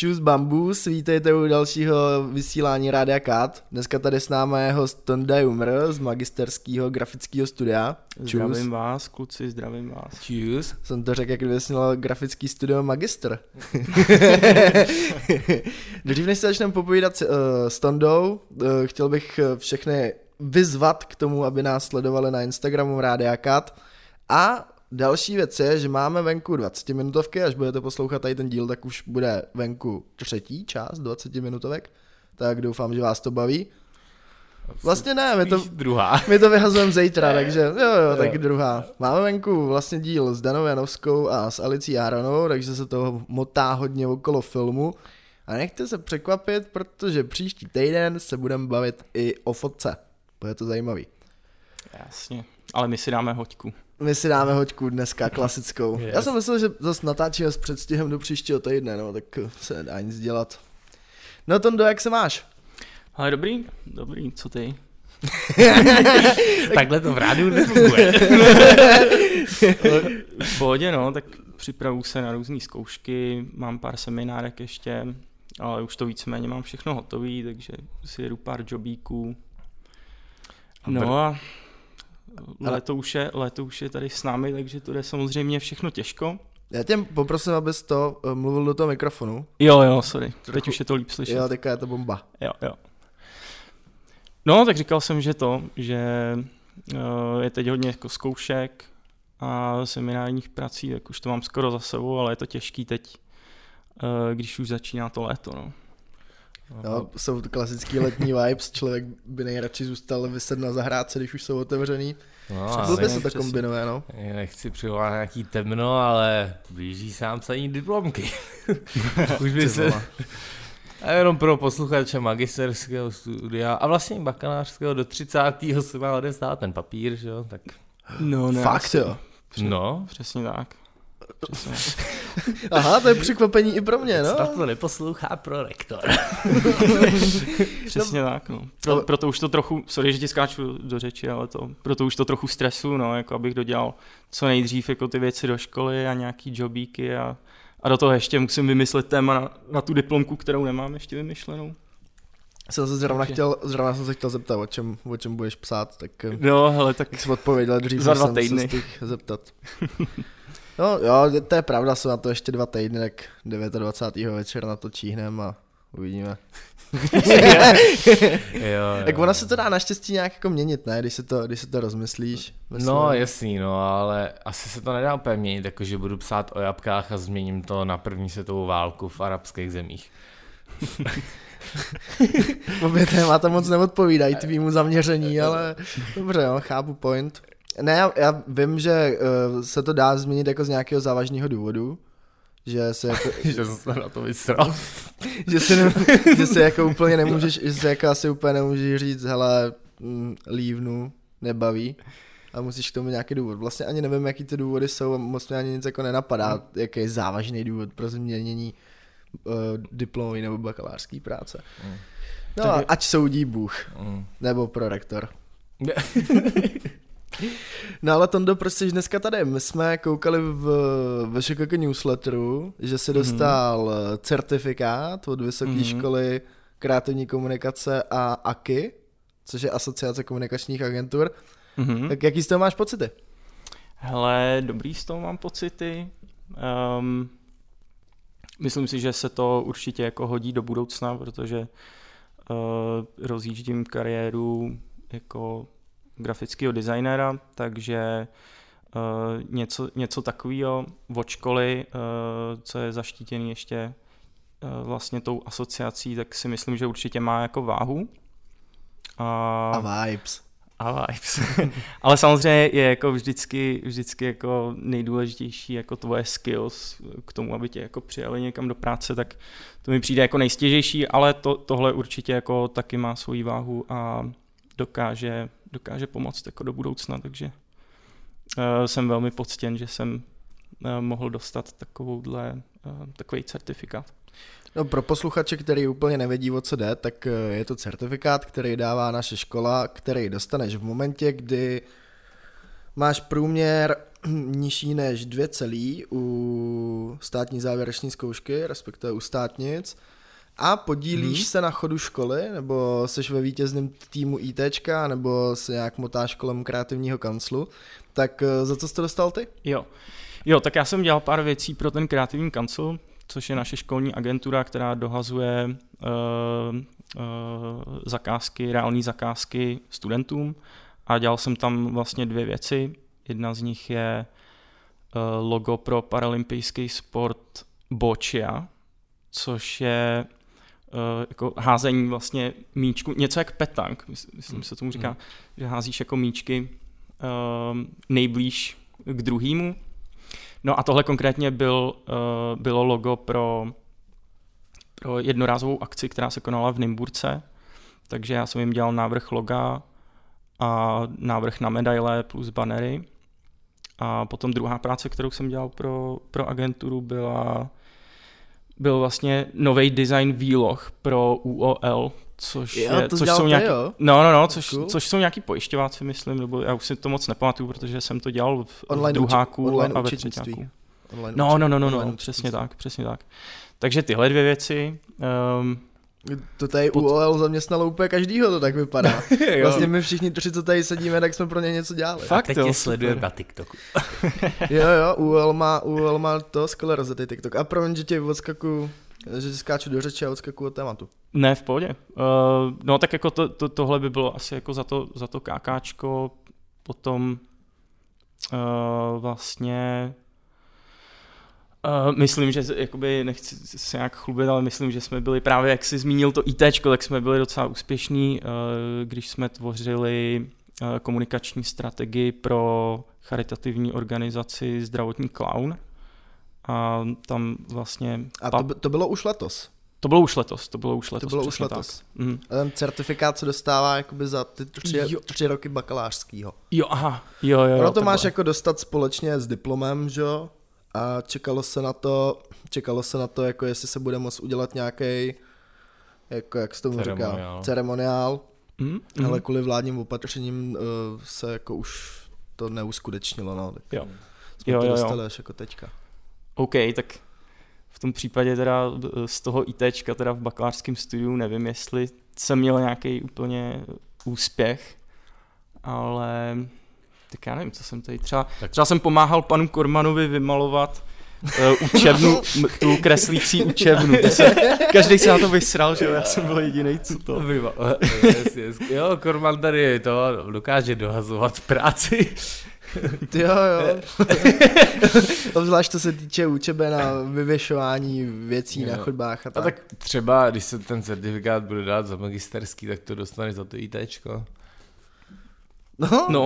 Čus Bambus, vítejte u dalšího vysílání Rádia Kat. Dneska tady s námi je host Tonda Jumr z magisterského grafického studia. Čus. Zdravím vás, kluci, zdravím vás. Čus. Jsem to řekl, jak kdyby sněl grafický studio Magister. Dřív než se začneme popovídat s Tondou, chtěl bych všechny vyzvat k tomu, aby nás sledovali na Instagramu Rádia Kat. A další věc je, že máme venku 20-minutovky, až budete poslouchat tady ten díl, tak už bude venku třetí část 20-minutovek, tak doufám, že vás to baví. Vlastně ne, my to vyhazujeme zítra, takže jo, tak druhá. Máme venku vlastně díl s Danou Janovskou a s Alicí Áronovou, takže se toho motá hodně okolo filmu. A nechte se překvapit, protože příští týden se budeme bavit i o fotce. Bude to zajímavý. Jasně, ale my si dáme hoďku. My si dáme hoďku dneska klasickou. Yes. Já jsem myslel, že zase natáčíme s předstihem do příštího týdne, no tak se nedá nic dělat. No Tondo, jak se máš? Ale dobrý, co ty? Takhle to v rádiu nefunguje. V pohodě, no, tak připravuju se na různý zkoušky, mám pár seminárek ještě, ale už to víceméně mám všechno hotový, takže si jedu pár jobíků. No a léto už je tady s námi, takže to jde samozřejmě všechno těžko. Já tě poprosím, abys to mluvil do toho mikrofonu. Jo, sorry, teď už je to líp slyšet. Jo, teďka je to bomba. Jo. No, tak říkal jsem, že je teď hodně jako zkoušek a seminárních prací, tak už to mám skoro za sebou, ale je to těžký teď, když už začíná to léto, no. Jo, jsou to klasický letní vibes, člověk by nejradši zůstal vyset na zahrádce, když už jsou otevřený. No, by se to kombinuje, no. Nechci přivolat nějaký temno, ale blíží sám psaní diplomky. Už by se... A jenom pro posluchače magisterského studia a vlastně bakalářského do 30. se má odestát ten papír, že jo, tak... No, ne. Fakt jo. No. Přesně tak. Aha, to je překvapení i pro mě, no. Snad to neposlouchá prorektor. Přesně tak, no. Proto už to trochu, sorry, že ti skáču do řeči, ale proto už to trochu stresu, no, jako abych dodělal co nejdřív jako ty věci do školy a nějaký jobíky a do toho ještě musím vymyslet téma na tu diplomku, kterou nemám ještě vymyšlenou. Zrovna jsem se chtěl zeptat, o čem budeš psát, tak no, hele, tak jsi odpověděl dřív, za 2 jsem týdny. se stihl zeptat. No jo, to je pravda, jsou na to ještě 2 týdny, tak 29. večer na to číhnem a uvidíme. jo. Tak ona se to dá naštěstí nějak jako měnit, ne, když se to rozmyslíš. Myslím. No jasný, no, ale asi se to nedá úplně měnit, jakože budu psát o jabkách a změním to na první světovou válku v arabských zemích. Obě témata moc neodpovídají tvýmu zaměření, ale dobře, jo, chápu point. Ne, já vím, že se to dá změnit jako z nějakého závažného důvodu, že se jako... že jsem na to vysral. že se jako úplně nemůžeš, že se jako asi úplně nemůžeš říct, hele, lívnu, nebaví a musíš k tomu nějaký důvod. Vlastně ani nevím, jaký ty důvody jsou a moc mě ani nic jako nenapadá, jaký je závažný důvod pro změnění diplomové nebo bakalářské práce. No a ať soudí Bůh, nebo prorektor. No ale Tondo, proč jsi dneska tady? My jsme koukali ve ŠKK newsletteru, že jsi dostal certifikát od Vysoké školy kreativní komunikace a AKI, což je Asociace komunikačních agentur. Tak jaký z toho máš pocity? Hele, dobrý z toho mám pocity. Myslím si, že se to určitě jako hodí do budoucna, protože rozjíždím kariéru jako grafického designéra, takže něco takového od školy, co je zaštítěný ještě vlastně tou asociací, tak si myslím, že určitě má jako váhu. A vibes. Ale samozřejmě je jako vždycky jako nejdůležitější jako tvoje skills k tomu, aby tě jako přijali někam do práce, tak to mi přijde jako nejstěžejší, ale tohle určitě jako taky má svoji váhu a dokáže pomoct jako do budoucna, takže jsem velmi poctěn, že jsem mohl dostat takový certifikát. No, pro posluchače, který úplně nevědí, o co jde, tak je to certifikát, který dává naše škola, který dostaneš v momentě, kdy máš průměr nižší než 2 u státní závěrečné zkoušky, respektive u státnic, a podílíš se na chodu školy, nebo seš ve vítězném týmu ITčka, nebo se nějak motáš kolem kreativního kanclu, tak za co jsi to dostal ty? Jo, tak já jsem dělal pár věcí pro ten kreativní kancel, což je naše školní agentura, která dohazuje zakázky, reální zakázky studentům, a dělal jsem tam vlastně 2 věci. Jedna z nich je logo pro paralympijský sport boccia, což je jako házení vlastně míčku, něco jak petang, myslím se tomu říká, že házíš jako míčky nejblíž k druhýmu. No a tohle konkrétně bylo logo pro jednorázovou akci, která se konala v Nymburce, takže já jsem jim dělal návrh loga a návrh na medaile plus banery. A potom druhá práce, kterou jsem dělal pro agenturu, byl vlastně nový design výloh pro UOL, což jsou nějaký, což jsou nějaký pojišťováci, myslím, nebo já už si to moc nepamatuju, protože jsem to dělal v druháku a ve třetíku. No, přesně tak. Takže tyhle 2 věci. To tady UOL zaměstnalo úplně každýho, to tak vypadá. Vlastně my všichni 3, co tady sedíme, tak jsme pro ně něco dělali. Fakt, teď je sledujeme na TikToku. jo, UOL má to skvěle rozjetý TikTok. A promiň, že tě odskakuju, že skáču do řeči a odskakuju od tématu. Ne, v pohodě. No tak jako tohle by bylo asi jako za to kákáčko, potom vlastně... myslím, že jakoby nechci se nějak chlubit, ale myslím, že jsme byli právě, jak jsi zmínil to ITčko, tak jsme byli docela úspěšní, když jsme tvořili komunikační strategii pro charitativní organizaci Zdravotní klaun. A tam vlastně... A to bylo už letos? To bylo už letos. A ten certifikát se dostává jakoby za ty 3 roky bakalářskýho. Jo, aha. Ono to máš jako dostat společně s diplomem, že jo? A čekalo se na to, jako jestli se bude moct udělat nějaký, jako jak se tomu říká, ceremoniál, ale kvůli vládním opatřením se jako už to neuskutečnilo, no. Tak jsme to dostali až jako teďka. OK, tak v tom případě teda z toho ITčka teda v bakalářském studiu nevím, jestli jsem měl nějaký úplně úspěch, ale... Tak já nevím, co jsem tady třeba jsem pomáhal panu Kormanovi vymalovat učebnu, tu kreslící učebnu. Každý se na to vysral, že já jsem byl jedinej, co to Jo, Korman tady to dokáže dohazovat práci. Jo. Obzvlášť to se týče učebe na vyvěšování věcí na chodbách a tak. A tak třeba, když se ten certifikát bude dát za magisterský, tak to dostaneš za to ITčko. No.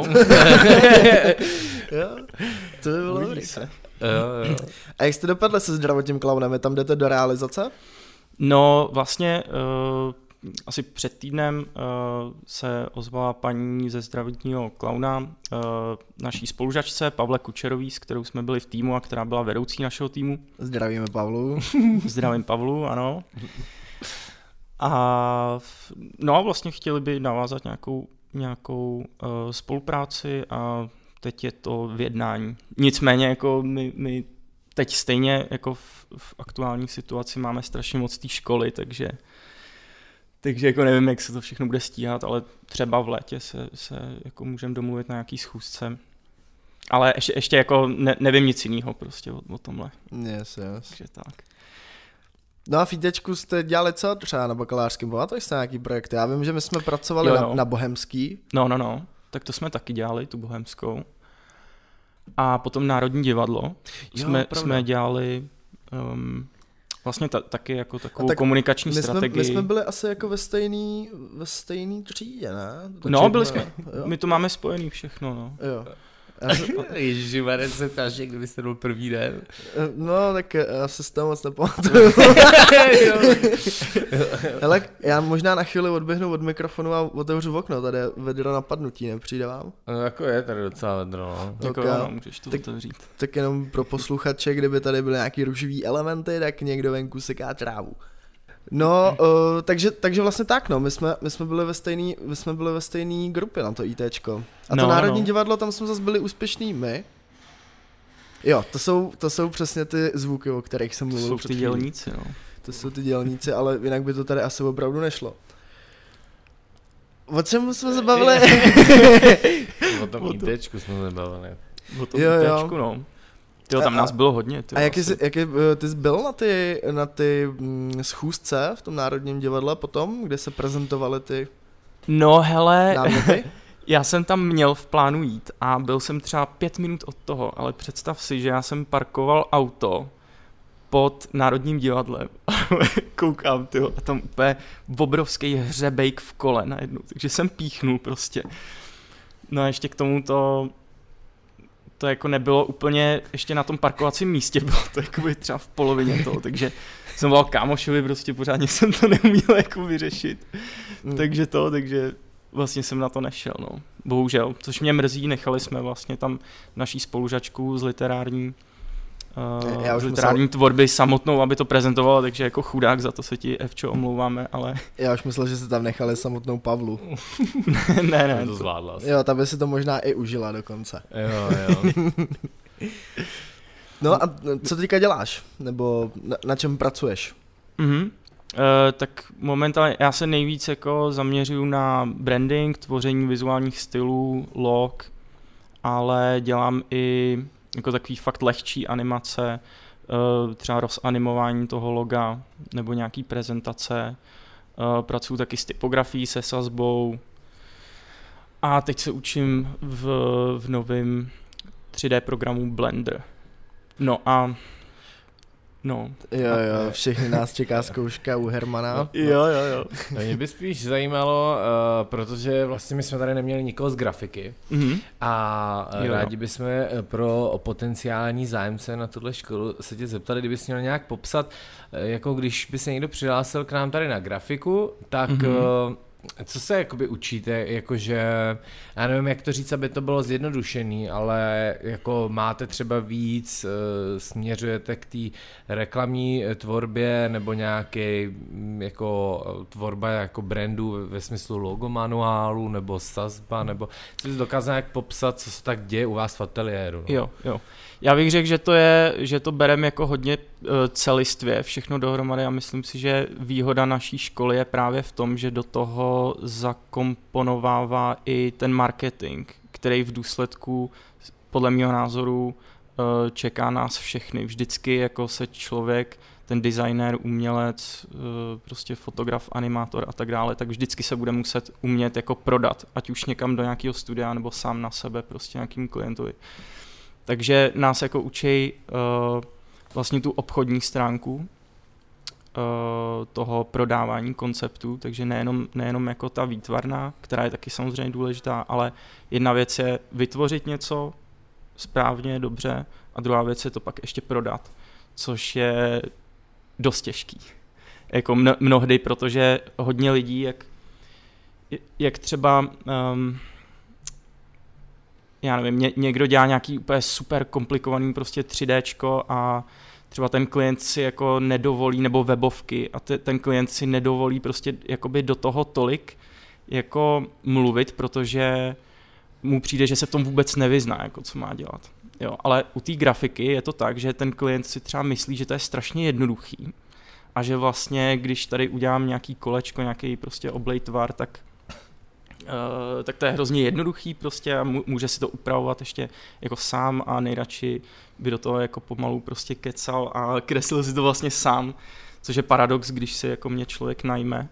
Jo, to by bylo dobrý. Jo. A jak jste dopadli se zdravotním klaunem? Tam jdete do realizace? No vlastně asi před týdnem se ozvala paní ze zdravotního klauna naší spolužačce Pavle Kučerový, s kterou jsme byli v týmu a která byla vedoucí našeho týmu. Zdravíme Pavlu. Zdravím Pavlu, ano. A no vlastně chtěli by navázat nějakou spolupráci a teď je to v jednání. Nicméně jako my teď stejně jako v aktuální situaci máme strašně moc té školy, takže jako nevím, jak se to všechno bude stíhat, ale třeba v létě se jako můžeme domluvit na nějaký schůzce. Ale ještě jako nevím nic jiného prostě o tomhle. Yes. Takže tak. No a v ITčku jste dělali co třeba na bakalářském? Pamatuješ jste nějaký projekty? Já vím, že my jsme pracovali na Bohemský. No. Tak to jsme taky dělali, tu Bohemskou. A potom Národní divadlo. Jsme dělali vlastně taky jako takovou komunikační strategii. My jsme byli asi jako ve stejný třídě, ne? No, byli jsme. My to máme spojený všechno, no. Jo. Ježišmarja, se ptáš, kdyby jste byl první den. No, tak já se z toho moc nepamatuju. Ale já možná na chvíli odběhnu od mikrofonu a otevřu okno, tady je vedro napadnutí, nepřijde vám? No jako je tady docela vedro, no. Tak okay. Můžeš to otevřít. Tak jenom pro posluchače, kdyby tady byly nějaký rušivý elementy, tak někdo venku seká trávu. No, takže vlastně tak, no, my jsme byli ve stejné grupě na to ITčko. A to Národní divadlo, tam jsme zase byli úspěšní my. Jo, to jsou přesně ty zvuky, o kterých jsem mluvil. To jsou ty dělníci, no. To jsou ty dělníci, ale jinak by to tady asi opravdu nešlo. O čem jsme se bavili? O tom ITčku jsme se bavili. O tom ITčku, no. Jo, tam nás bylo hodně. A jaký ty jsi byl na ty schůzce v tom Národním divadle potom, kde se prezentovaly ty no hele, náměty? Já jsem tam měl v plánu jít a byl jsem třeba 5 minut od toho, ale představ si, že já jsem parkoval auto pod Národním divadlem a koukám, tyjo, a tam úplně obrovský hřebejk v kole najednou, takže jsem píchnul prostě. No a ještě k tomu to jako nebylo úplně ještě na tom parkovacím místě, bylo to jakoby třeba v polovině toho, takže jsem volal kámošovi, prostě pořádně jsem to neuměl jako vyřešit, takže vlastně jsem na to nešel, no. Bohužel, což mě mrzí, nechali jsme vlastně tam naší spolužačku z literární tvorby samotnou, aby to prezentovala, takže jako chudák, za to se ti, Evčo, omlouváme, ale... Já už myslel, že se tam nechali samotnou Pavlu. ne. To zvládla. Jo, ta by si to možná i užila dokonce. Jo. No a co teďka děláš? Nebo na čem pracuješ? Tak momentálně já se nejvíc jako zaměřuju na branding, tvoření vizuálních stylů, log, ale dělám i jako takový fakt lehčí animace, třeba rozanimování toho loga nebo nějaký prezentace. Pracuji taky s typografií, se sazbou a teď se učím v novém 3D programu Blender. No. Jo, všechny nás čeká zkouška u Hermana. Jo. Mě by spíš zajímalo, protože vlastně my jsme tady neměli nikoho z grafiky a rádi bychom pro potenciální zájemce na tuhle školu se tě zeptali, kdybys měl nějak popsat, jako když by se někdo přihlásil k nám tady na grafiku, tak... Co se jakoby učíte, jakože, já nevím, jak to říct, aby to bylo zjednodušený, ale jako máte třeba víc, směřujete k té reklamní tvorbě nebo nějaký jako tvorba jako brandu ve smyslu logo manuálu nebo sazba, nebo co jsi dokázal jak popsat, co se tak děje u vás v ateliéru? No? Jo. Já bych řekl, že to bereme jako hodně celistvě, všechno dohromady a myslím si, že výhoda naší školy je právě v tom, že do toho zakomponovává i ten marketing, který v důsledku podle mého názoru čeká nás všechny. Vždycky jako se člověk, ten designér, umělec, prostě fotograf, animátor a tak dále, tak vždycky se bude muset umět jako prodat, ať už někam do nějakého studia nebo sám na sebe prostě nějakým klientovi. Takže nás jako učí vlastně tu obchodní stránku toho prodávání konceptů, takže nejenom jako ta výtvarná, která je taky samozřejmě důležitá, ale jedna věc je vytvořit něco správně, dobře a druhá věc je to pak ještě prodat, což je dost těžký. Jako mnohdy, protože hodně lidí, jak třeba... já nevím, někdo dělá nějaký úplně super komplikovaný prostě 3Dčko a třeba ten klient si jako nedovolí, nebo webovky a ten klient si nedovolí prostě jakoby do toho tolik jako mluvit, protože mu přijde, že se v tom vůbec nevyzná, jako co má dělat. Jo, ale u té grafiky je to tak, že ten klient si třeba myslí, že to je strašně jednoduchý a že vlastně, když tady udělám nějaký kolečko, nějaký prostě oblej tvar, tak to je hrozně jednoduchý prostě a může si to upravovat ještě jako sám a nejradši by do toho jako pomalu prostě kecal a kreslil si to vlastně sám, což je paradox, když si jako mě člověk najme.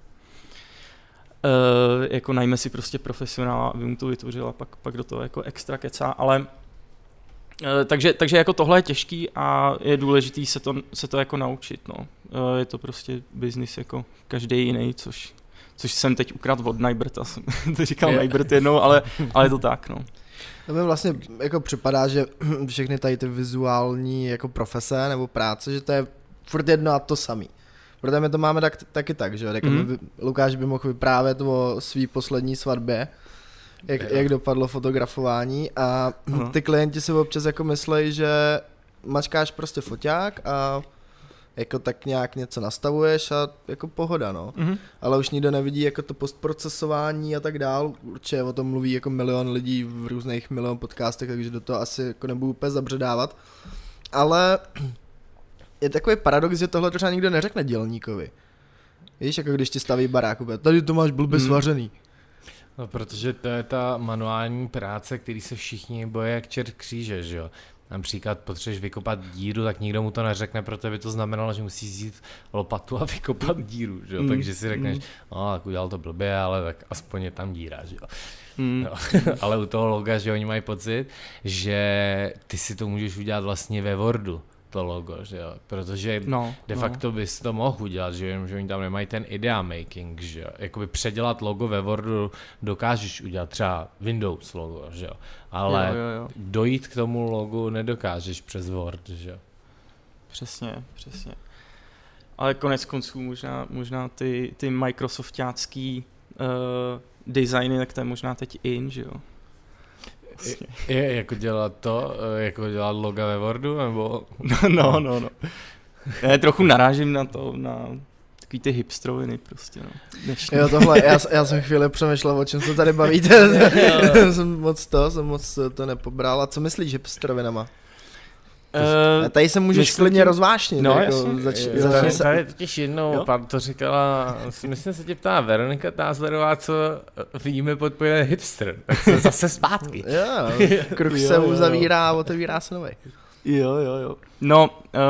Jako najme si prostě profesionála, aby mu to vytvořil a pak do toho jako extra kecá, ale takže jako tohle je těžký a je důležitý se to jako naučit, no. Je to prostě biznis jako každý jiný, což jsem teď ukradl od Najbrta, jsem to říkal Najbrt jednou, ale je to tak, no. To mi vlastně jako připadá, že všechny tady ty vizuální jako profese nebo práce, že to je furt jedno a to samý. Protože my to máme taky tak, že Lukáš by mohl vyprávět o svý poslední svatbě, jak dopadlo fotografování a ty klienti si občas jako myslejí, že mačkáš prostě foťák a jako tak nějak něco nastavuješ a jako pohoda, no. Ale už nikdo nevidí jako to postprocesování a tak dál, určitě o tom mluví jako milion lidí v různých milion podcastech, takže do toho asi jako nebudu úplně zabředávat. Ale je takový paradox, že tohle třeba nikdo neřekne dělníkovi. Víš, jako když ti staví barák, tady to máš blbě svařený. No, protože to je ta manuální práce, který se všichni bojí jak čert kříže, že jo. Například potřebuješ vykopat díru, tak nikdo mu to neřekne, protože by to znamenalo, že musíš vzít lopatu a vykopat díru, že jo. Takže si řekneš, no tak udělal to blbě, ale tak aspoň je tam díra, že jo. No, ale u toho loga, že oni mají pocit, že ty si to můžeš udělat vlastně ve Wordu, to logo, že jo, protože de facto bys to mohl udělat, že oni tam nemají ten idea making, že jo, jakoby předělat logo ve Wordu dokážeš udělat třeba Windows logo, že jo, ale dojít k tomu logu nedokážeš přes Word, že jo. Přesně. Ale konec konců možná ty Microsoftácký designy, tak to je možná teď in, že jo. Je jako dělat loga ve Wordu, nebo? No. Já trochu narážím na takový ty hipstroviny prostě, no. Dnešní. Jo, tohle, já jsem chvíli přemýšlel, o čem se tady bavíte, jsem moc to nepobral. A co myslíš hipstrovinama? Tady se můžeš klidně rozvášnit. No, jako, tady totiž jednou to říkala, myslím se tě ptá Veronika Tázlerová, co vidíme pod pojmem hipster, tak jsme zase zpátky. Jo, kruh se uzavírá a otevírá se nový. Jo. No,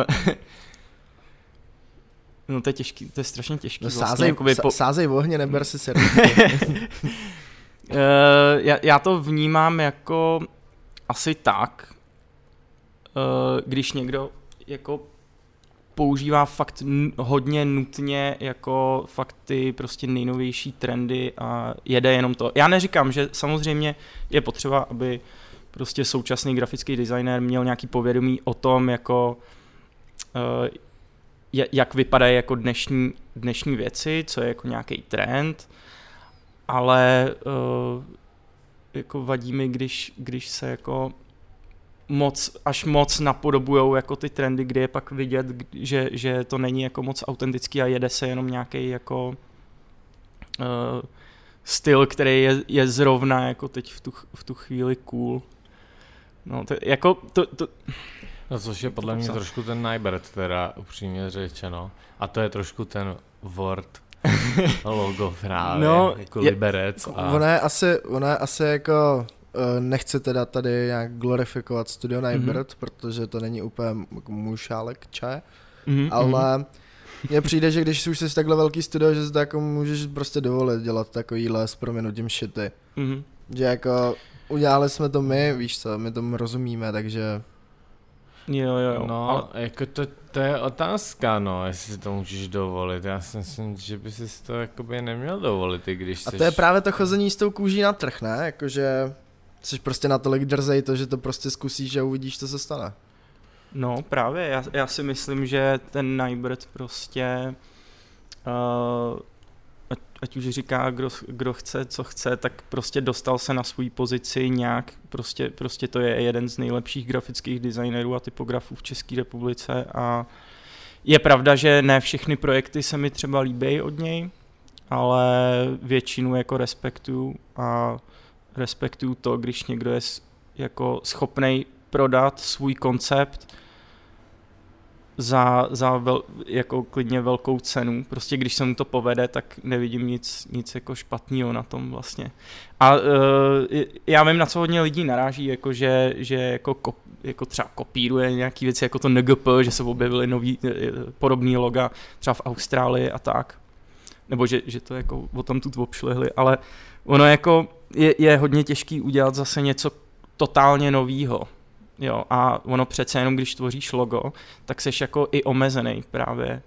to je těžký, to je strašně těžký. No, sázej v ohně, neber si servis. Já to vnímám jako asi tak, když někdo jako používá fakt hodně nutně jako fakt ty prostě nejnovější trendy a jede jenom to. Já neříkám, že samozřejmě je potřeba, aby prostě současný grafický designér měl nějaký povědomí o tom, jako jak vypadají jako dnešní věci, co je jako nějaký trend, ale jako vadí mi, když se jako až moc napodobujou jako ty trendy, kdy je pak vidět, že to není jako moc autentický a jede se jenom nějaký jako styl, který je zrovna jako teď v tu chvíli cool. No, No, což je podle mě trošku ten Nybert, teda upřímně řečeno. A to je trošku ten Word logo právě, jako liberec. Ono je asi jako... Nechci teda tady nějak glorifikovat Studio Nybert, protože to není úplně můj šálek čaje, ale mně přijde, že když už jsi takhle velký studio, že si to jako můžeš prostě dovolit dělat takovýhle s prominutím shity. Že jako udělali jsme to my, víš co, my tomu rozumíme, takže... Jo. No, ale... jako to je otázka, no, jestli si to můžeš dovolit. Já si myslím, že by si to jakoby neměl dovolit, i když A to je právě to chození s tou kůží na trh, ne? Jakože... Jsi prostě natolik drzej to, že to prostě zkusíš a uvidíš, co se stane. No právě, já si myslím, že ten Nybert prostě, ať už říká, kdo chce, co chce, tak prostě dostal se na svou pozici nějak, prostě to je jeden z nejlepších grafických designérů a typografů v České republice a je pravda, že ne všechny projekty se mi třeba líbí od něj, ale většinu jako respektuju a respektuju to, když někdo je jako schopnej prodat svůj koncept za jako klidně velkou cenu. Prostě když se mu to povede, tak nevidím nic jako špatného na tom vlastně. A já vím, na co hodně lidí naráží, jako že jako třeba kopíruje nějaký věci jako to NGP, že se objevily nový podobný loga třeba v Austrálii a tak. Nebo že to jako o tom tu obšlehli, ale ono jako je hodně těžký udělat zase něco totálně novýho. Jo, a ono přece jenom, když tvoříš logo, tak seš jako i omezený právě.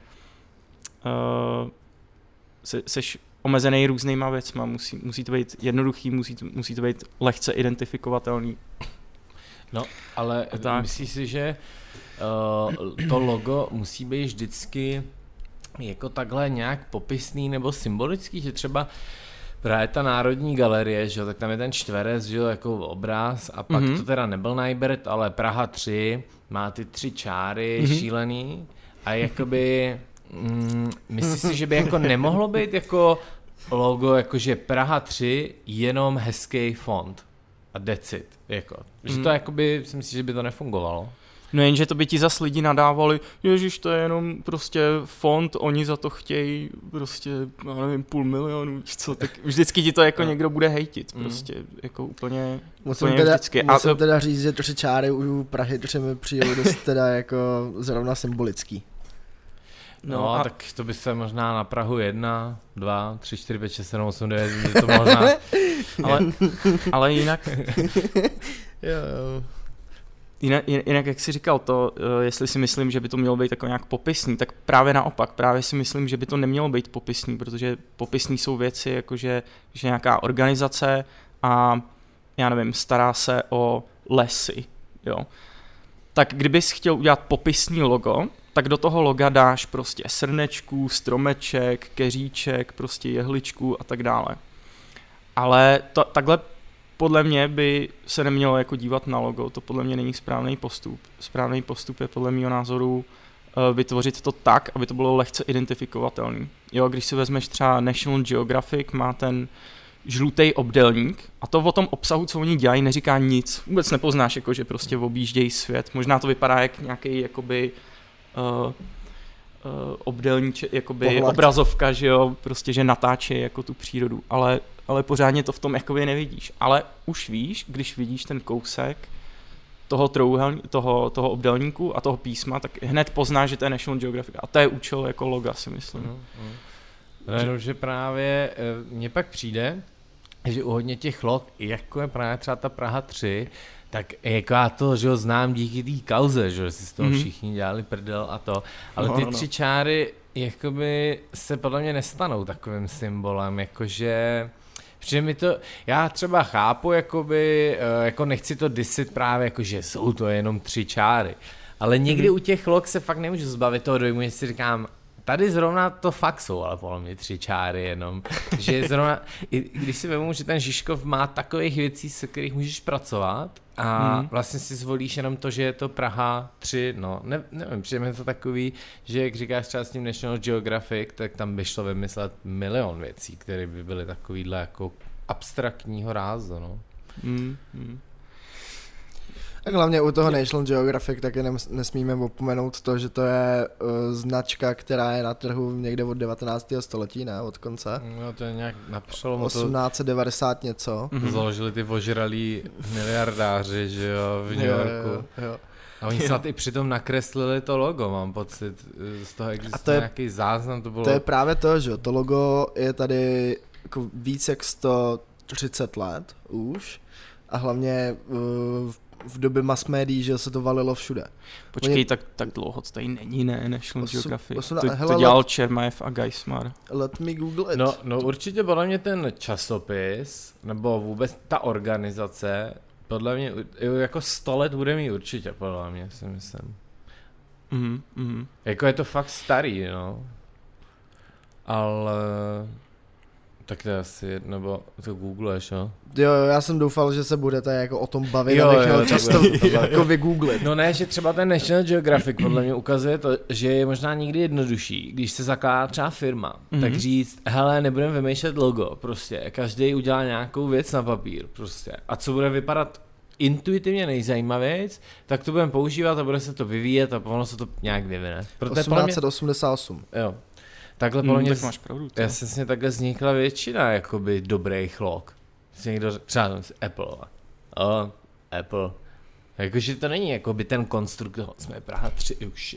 Seš omezený různýma věcma, musí to být jednoduchý, musí to být lehce identifikovatelný. No, ale myslíš si, že to logo musí být vždycky jako takhle nějak popisný nebo symbolický, že třeba právě ta Národní galerie, že jo, tak tam je ten čtverec, že jo, jako obraz a pak to teda nebyl Nybert, ale Praha 3 má ty 3 čáry šílený A jakoby, myslíš si, že by jako nemohlo být jako logo, jakože Praha 3, jenom hezký font a decit, jako. Že to jakoby, si myslím, že by to nefungovalo. No jenže to by ti zas lidi nadávali, ježiš, to je jenom prostě font, oni za to chtějí prostě, já nevím, 500 000, co, tak vždycky ti to jako někdo bude hejtit, prostě, jako úplně vždycky. Musím teda říct, že 3 čáry u Prahy 3 mi přijou dost teda jako zrovna symbolický. No a tak to by se možná na Prahu 1, 2, 3, 4, 5, 6, 7, 8, 9, to možná. ale jinak... Jo. Jinak, jak jsi říkal to, jestli si myslím, že by to mělo být jako nějak popisný, tak právě naopak, právě si myslím, že by to nemělo být popisný, protože popisný jsou věci, jakože že nějaká organizace a já nevím, stará se o lesy, jo. Tak kdybys chtěl udělat popisný logo, tak do toho loga dáš prostě srnečku, stromeček, keříček, prostě jehličku a tak dále. Ale takhle podle mě by se nemělo jako dívat na logo, to podle mě není správný postup. Správný postup je podle mého názoru vytvořit to tak, aby to bylo lehce identifikovatelný. Jo, když si vezmeš třeba National Geographic, má ten žlutý obdélník a to o tom obsahu, co oni dělají, neříká nic. Vůbec nepoznáš, jako, že prostě objíždějí svět. Možná to vypadá jak nějaký jakoby obdélníček, jakoby obrazovka, že jo, prostě, že natáčí jako tu přírodu, ale pořádně to v tom jakoby nevidíš. Ale už víš, když vidíš ten kousek toho obdélníku a toho písma, tak hned poznáš, že to je National Geographic. A to je účel jako loga, si myslím. Že právě mně pak přijde, že u hodně těch log, jako je právě třeba ta Praha 3, tak jako já to, že ho znám díky té kauze, že si z toho všichni dělali prdel a to, ale ty 3 čáry jakoby se podle mě nestanou takovým symbolem, jakože protože mi to, já třeba chápu, jakoby, jako nechci to disit právě, jakože jsou to jenom 3 čáry, ale někdy u těch log se fakt nemůžu zbavit toho dojmu, že si říkám, tady zrovna to fakt jsou, ale podle mě 3 čáry jenom, že zrovna, když si vemu, že ten Žižkov má takových věcí, se kterých můžeš pracovat a vlastně si zvolíš jenom to, že je to Praha 3, no, nevím, přijde mi to takový, že jak říkáš třeba s tím National Geographic, tak tam by šlo vymyslet milion věcí, které by byly takovýhle jako abstraktního rázu, no. Tak hlavně u toho National Geographic taky nesmíme opomenout to, že to je značka, která je na trhu někde od 19. století, ne? Od konce. No to je nějak na přelomu. 1890 něco. To založili ty ožralí miliardáři, že jo, v New Yorku. Jo. A oni snad i přitom nakreslili to logo, mám pocit, z toho existuje nějaký záznam, to bylo... To je právě to, že to logo je tady jako víc jak 130 let už a hlavně v době mass médií, že se to valilo všude. Počkej, tak dlouho to tady není, ne, National Geographic. To dělal Čermajev a Geismar. Let me google it. No určitě podle mě ten časopis, nebo vůbec ta organizace, podle mě jako 100 let bude mít určitě, podle mě, si myslím. Jako je to fakt starý, no. Ale... Tak to je asi, nebo to googleš, jo? Jo, já jsem doufal, že se budete jako o tom bavit, abych měl často jako vygooglit. No ne, že třeba ten National Geographic podle mě ukazuje to, že je možná někdy jednodušší, když se zakládá třeba firma, tak říct, hele, nebudeme vymýšlet logo, prostě, každý udělá nějakou věc na papír, prostě, a co bude vypadat intuitivně nejzajímavější, tak to budeme používat a bude se to vyvíjet a ono se to nějak vyvine. 1888. Jo. Takhle podle mě, tak máš pravdu, jasně takhle vznikla většina jakoby dobrých log. Někdo třeba Apple. Apple. Jakože to není jakoby ten konstrukt, jsme Praha 3,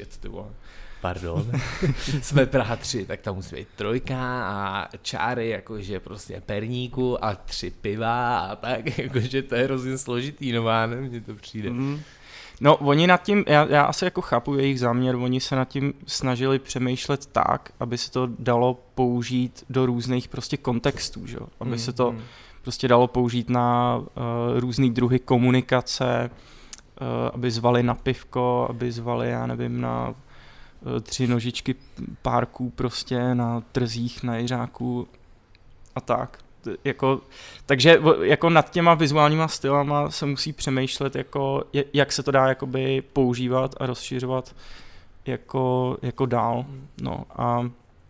pardon. Jsme Praha 3, tak tam musí být 3 a čáry, jakože prostě perníku a 3 piva a tak, jakože to je hrozně složitý, no já nevím, mně to přijde. No, oni nad tím, já asi jako chápu jejich záměr, oni se nad tím snažili přemýšlet tak, aby se to dalo použít do různých prostě kontextů, že? Aby se to prostě dalo použít na různý druhy komunikace, aby zvali na pivko, aby zvali, já nevím, na 3 nožičky párků prostě na trzích, na jeřáku a tak. Takže jako nad těma vizuálníma stylama se musí přemýšlet, jako, jak se to dá jakoby používat a rozšiřovat jako dál. No a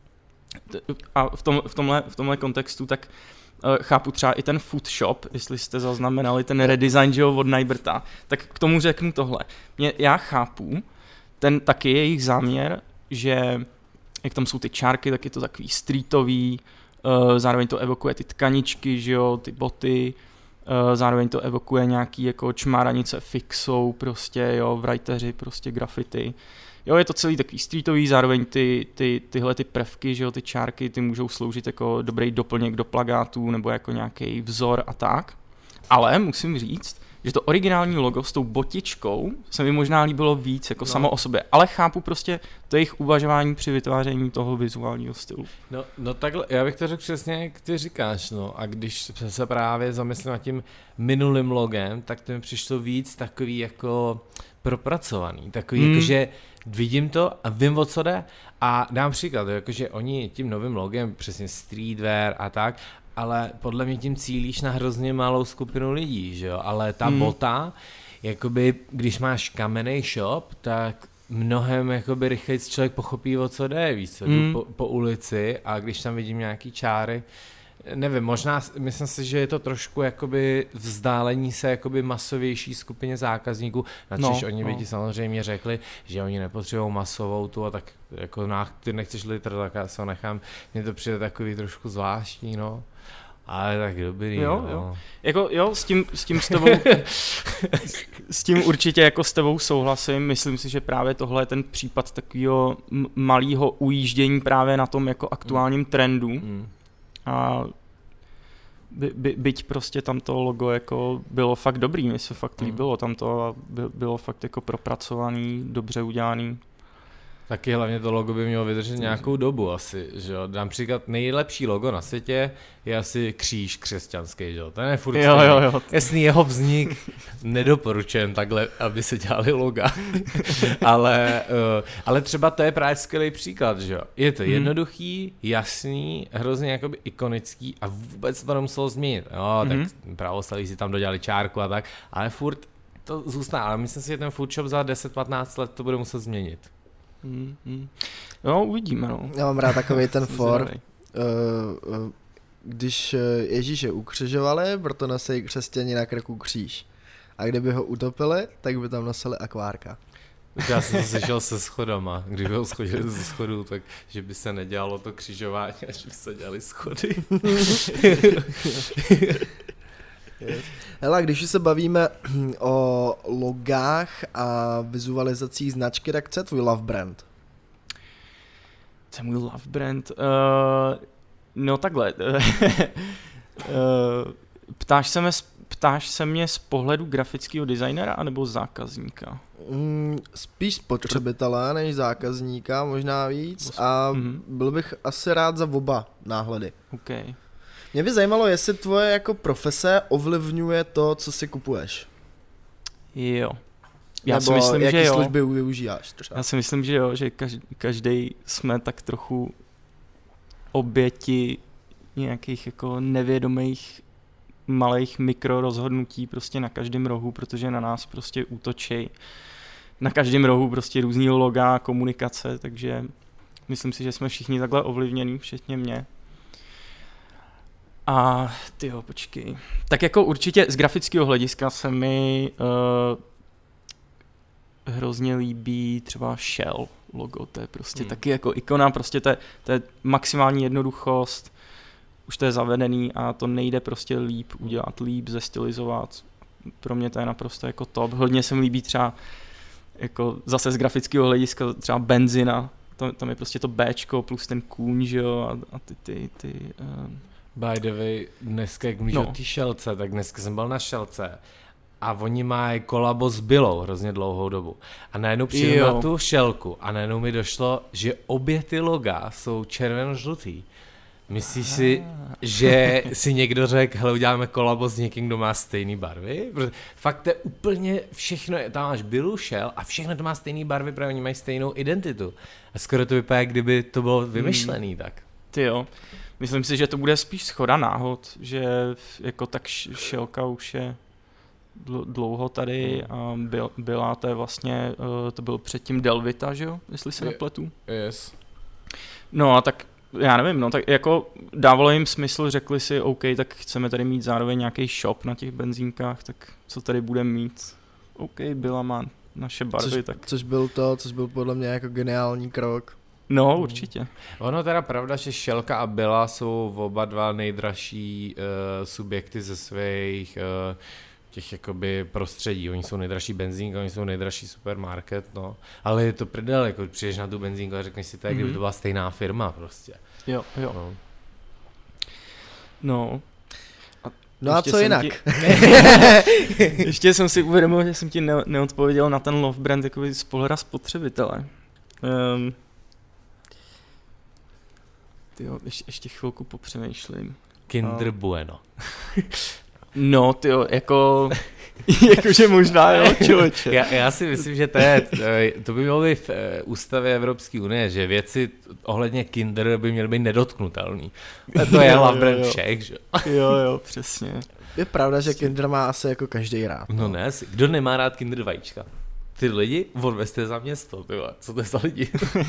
v tomhle kontextu tak chápu třeba i ten food shop, jestli jste zaznamenali ten redesign, že jo, od Nyberta, tak k tomu řeknu tohle. Já chápu ten taky jejich záměr, že jak tam jsou ty čárky, tak je to takový streetový, zároveň to evokuje ty tkaničky, že jo, ty boty, zároveň to evokuje nějaký jako čmáranice fixou, prostě jo, writeři, prostě graffiti. Jo, je to celý takový streetový, zároveň tyhle ty prvky, že jo, ty čárky, ty můžou sloužit jako dobrý doplněk do plakátů nebo jako nějaký vzor a tak. Ale musím říct, že to originální logo s tou botičkou se mi možná líbilo víc jako samo o sobě, ale chápu prostě to jejich uvažování při vytváření toho vizuálního stylu. No takhle, já bych to řekl přesně, jak ty říkáš, no, a když se právě zamyslím nad tím minulým logem, tak to mi přišlo víc takový jako propracovaný, takový jakože vidím to a vím, o co jde a dám příklad, jakože oni tím novým logem, přesně streetwear a tak, ale podle mě tím cílíš na hrozně malou skupinu lidí, že jo, ale ta bota, jakoby, když máš kamenný shop, tak mnohem jakoby rychleji člověk pochopí, o co jde, víš co, jdu po ulici a když tam vidím nějaký čáry, nevím, možná, myslím si, že je to trošku jakoby vzdálení se jakoby masovější skupině zákazníků, načež oni by ti samozřejmě řekli, že oni nepotřebují masovou tu a tak jako ty nechceš litr, tak já se ho nechám, mně to přijde takový trošku zvláštní, no. Ale tak dobrý, jo, no. Jo. Jako jo, s tím s tebou, s tím určitě jako s tebou souhlasím, myslím si, že právě tohle je ten případ takového malého ujíždění právě na tom jako aktuálním trendu. A byť prostě tam to logo jako bylo fakt dobrý, mi se fakt líbilo, tam to bylo fakt jako propracovaný, dobře udělaný. Taky hlavně to logo by mělo vydržet nějakou dobu asi, že jo. Dám příklad, nejlepší logo na světě je asi kříž křesťanský, že jo. Ten je furt jo. Jasný, jeho vznik nedoporučujem takhle, aby se dělali loga. ale třeba to je právě skvělý příklad, že jo. Je to jednoduchý, jasný, hrozně jakoby ikonický a vůbec to nemuselo změnit. Jo, tak pravoslaví si tam dodělali čárku a tak, ale furt to zůstane. Ale myslím si, že ten food shop za 10-15 let to bude muset změnit. No, uvidíme, no. Já mám rád takovej ten for, když Ježíše ukřižovali, proto nosejí křesťani na krku kříž. A kdyby ho utopili, tak by tam nosili akvárka. Já jsem se sešel se schodama, kdyby ho schodili ze schodů, tak že by se nedělalo to křižování, až by se dělali schody. Hele, když se bavíme o logách a vizualizacích značky, tak co je tvůj love brand? Co je můj love brand? No takhle. Ptáš se mě z pohledu grafického designera anebo zákazníka? Spíš spotřebitele než zákazníka, možná víc. A byl bych asi rád za oba náhledy. Okay. Mě by zajímalo, jestli tvoje jako profese ovlivňuje to, co si kupuješ. Jo. Já nebo si myslím, jaký že jo. služby využíváš třeba. Já si myslím, že jo, že každý jsme tak trochu oběti nějakých jako nevědomých malých mikrorozhodnutí prostě na každém rohu, protože na nás prostě útočí na každém rohu prostě různý loga, komunikace, takže myslím si, že jsme všichni takhle ovlivnění, včetně mě. A tyjo, počkej. Tak jako určitě z grafického hlediska se mi hrozně líbí třeba Shell logo, to je prostě taky jako ikona, prostě to je maximální jednoduchost, už to je zavedený a to nejde prostě líp udělat, líp zestylizovat. Pro mě to je naprosto jako top. Hodně se mi líbí třeba jako zase z grafického hlediska třeba Benzina, tam je prostě to Bčko plus ten kůň, že jo, a ty By the way, dneska jak mluvíš o té Shellce, tak dneska jsem byl na Shellce a oni mají kolabo s Billou hrozně dlouhou dobu. A najednou přijdu na tu Shellku a najednou mi došlo, že obě ty loga jsou červeno-žlutý. Myslíš si, že si někdo řekl, hele, uděláme kolabo s někým, kdo má stejné barvy? Protože fakt to je úplně všechno, tam máš Billu, Shell a všechno to má stejné barvy, protože oni mají stejnou identitu. A skoro to vypadá, kdyby to bylo vymyšlený tak. Ty jo. Myslím si, že to bude spíš shoda náhod, že jako tak Shellka už je dlouho tady a byla to je vlastně, to byl předtím Delvita, že jo, jestli se nepletu. Yes. No a tak já nevím, no tak jako dávalo jim smysl, řekli si OK, tak chceme tady mít zároveň nějaký shop na těch benzínkách, tak co tady budeme mít? OK, byla má naše barvy, tak... Což byl podle mě jako geniální krok. No, určitě. Ono teda pravda, že Shellka a Billa jsou oba dva nejdražší subjekty ze svých těch jakoby prostředí. Oni jsou nejdražší benzínka, oni jsou nejdražší supermarket, no. Ale je to prdel, jako přijdeš na tu benzínku a řekneš si to, kdyby to byla stejná firma prostě. Jo. No. No a co jinak? Ještě jsem si uvědomil, že jsem ti neodpověděl na ten love brand jako z pohledu spotřebitele. Tyjo, ještě chvilku popřemýšlím. Kinder Bueno. No, tyjo, jakože možná, jo, člověče. Já si myslím, že to by mělo být v ústavě Evropské unie, že věci ohledně Kinder by měly být nedotknutelný. A to je love brand všech, že? Jo, přesně. Je pravda, že Kinder má asi jako každý rád. No ne, kdo nemá rád Kinder vajíčka? Ty lidi odvezte za město, tyhle. Co to je za lidi?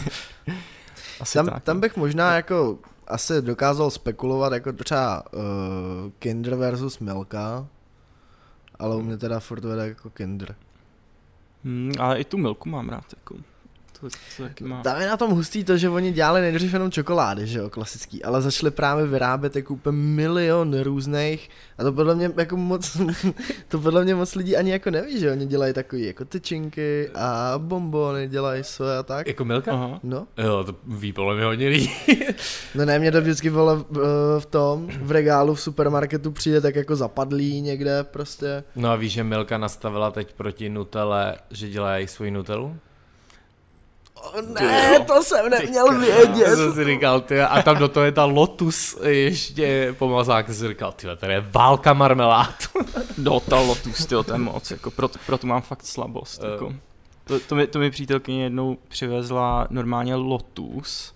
Tam bych možná jako asi dokázal spekulovat jako třeba Kinder versus Milka, ale u mě teda furt vede jako Kinder. Ale i tu Milku mám rád, jako. To taky má. Tam je na tom hustý to, že oni dělali nejdřív jenom čokolády, že jo, klasický, ale začali právě vyrábět jako úplně milion různých a to podle mě moc lidí ani jako neví, že oni dělají takový jako tyčinky a bonbony, dělají svoje a tak. Jako Milka? Aha. No. Jo, to ví podle mě hodně lidí. No ne, mě to vždycky v regálu v supermarketu přijde tak jako zapadlý někde prostě. No a víš, že Milka nastavila teď proti Nutelle, že dělají svoji Nutellu? Ne, to jsem neměl vědět. To jsem si říkal, a tam do toho je ta Lotus ještě pomazák, jsem si říkal, tady je válka marmelád. No, ta Lotus, to je moc, jako proto mám fakt slabost, jako. To mi přítelkyně jednou přivezla normálně Lotus,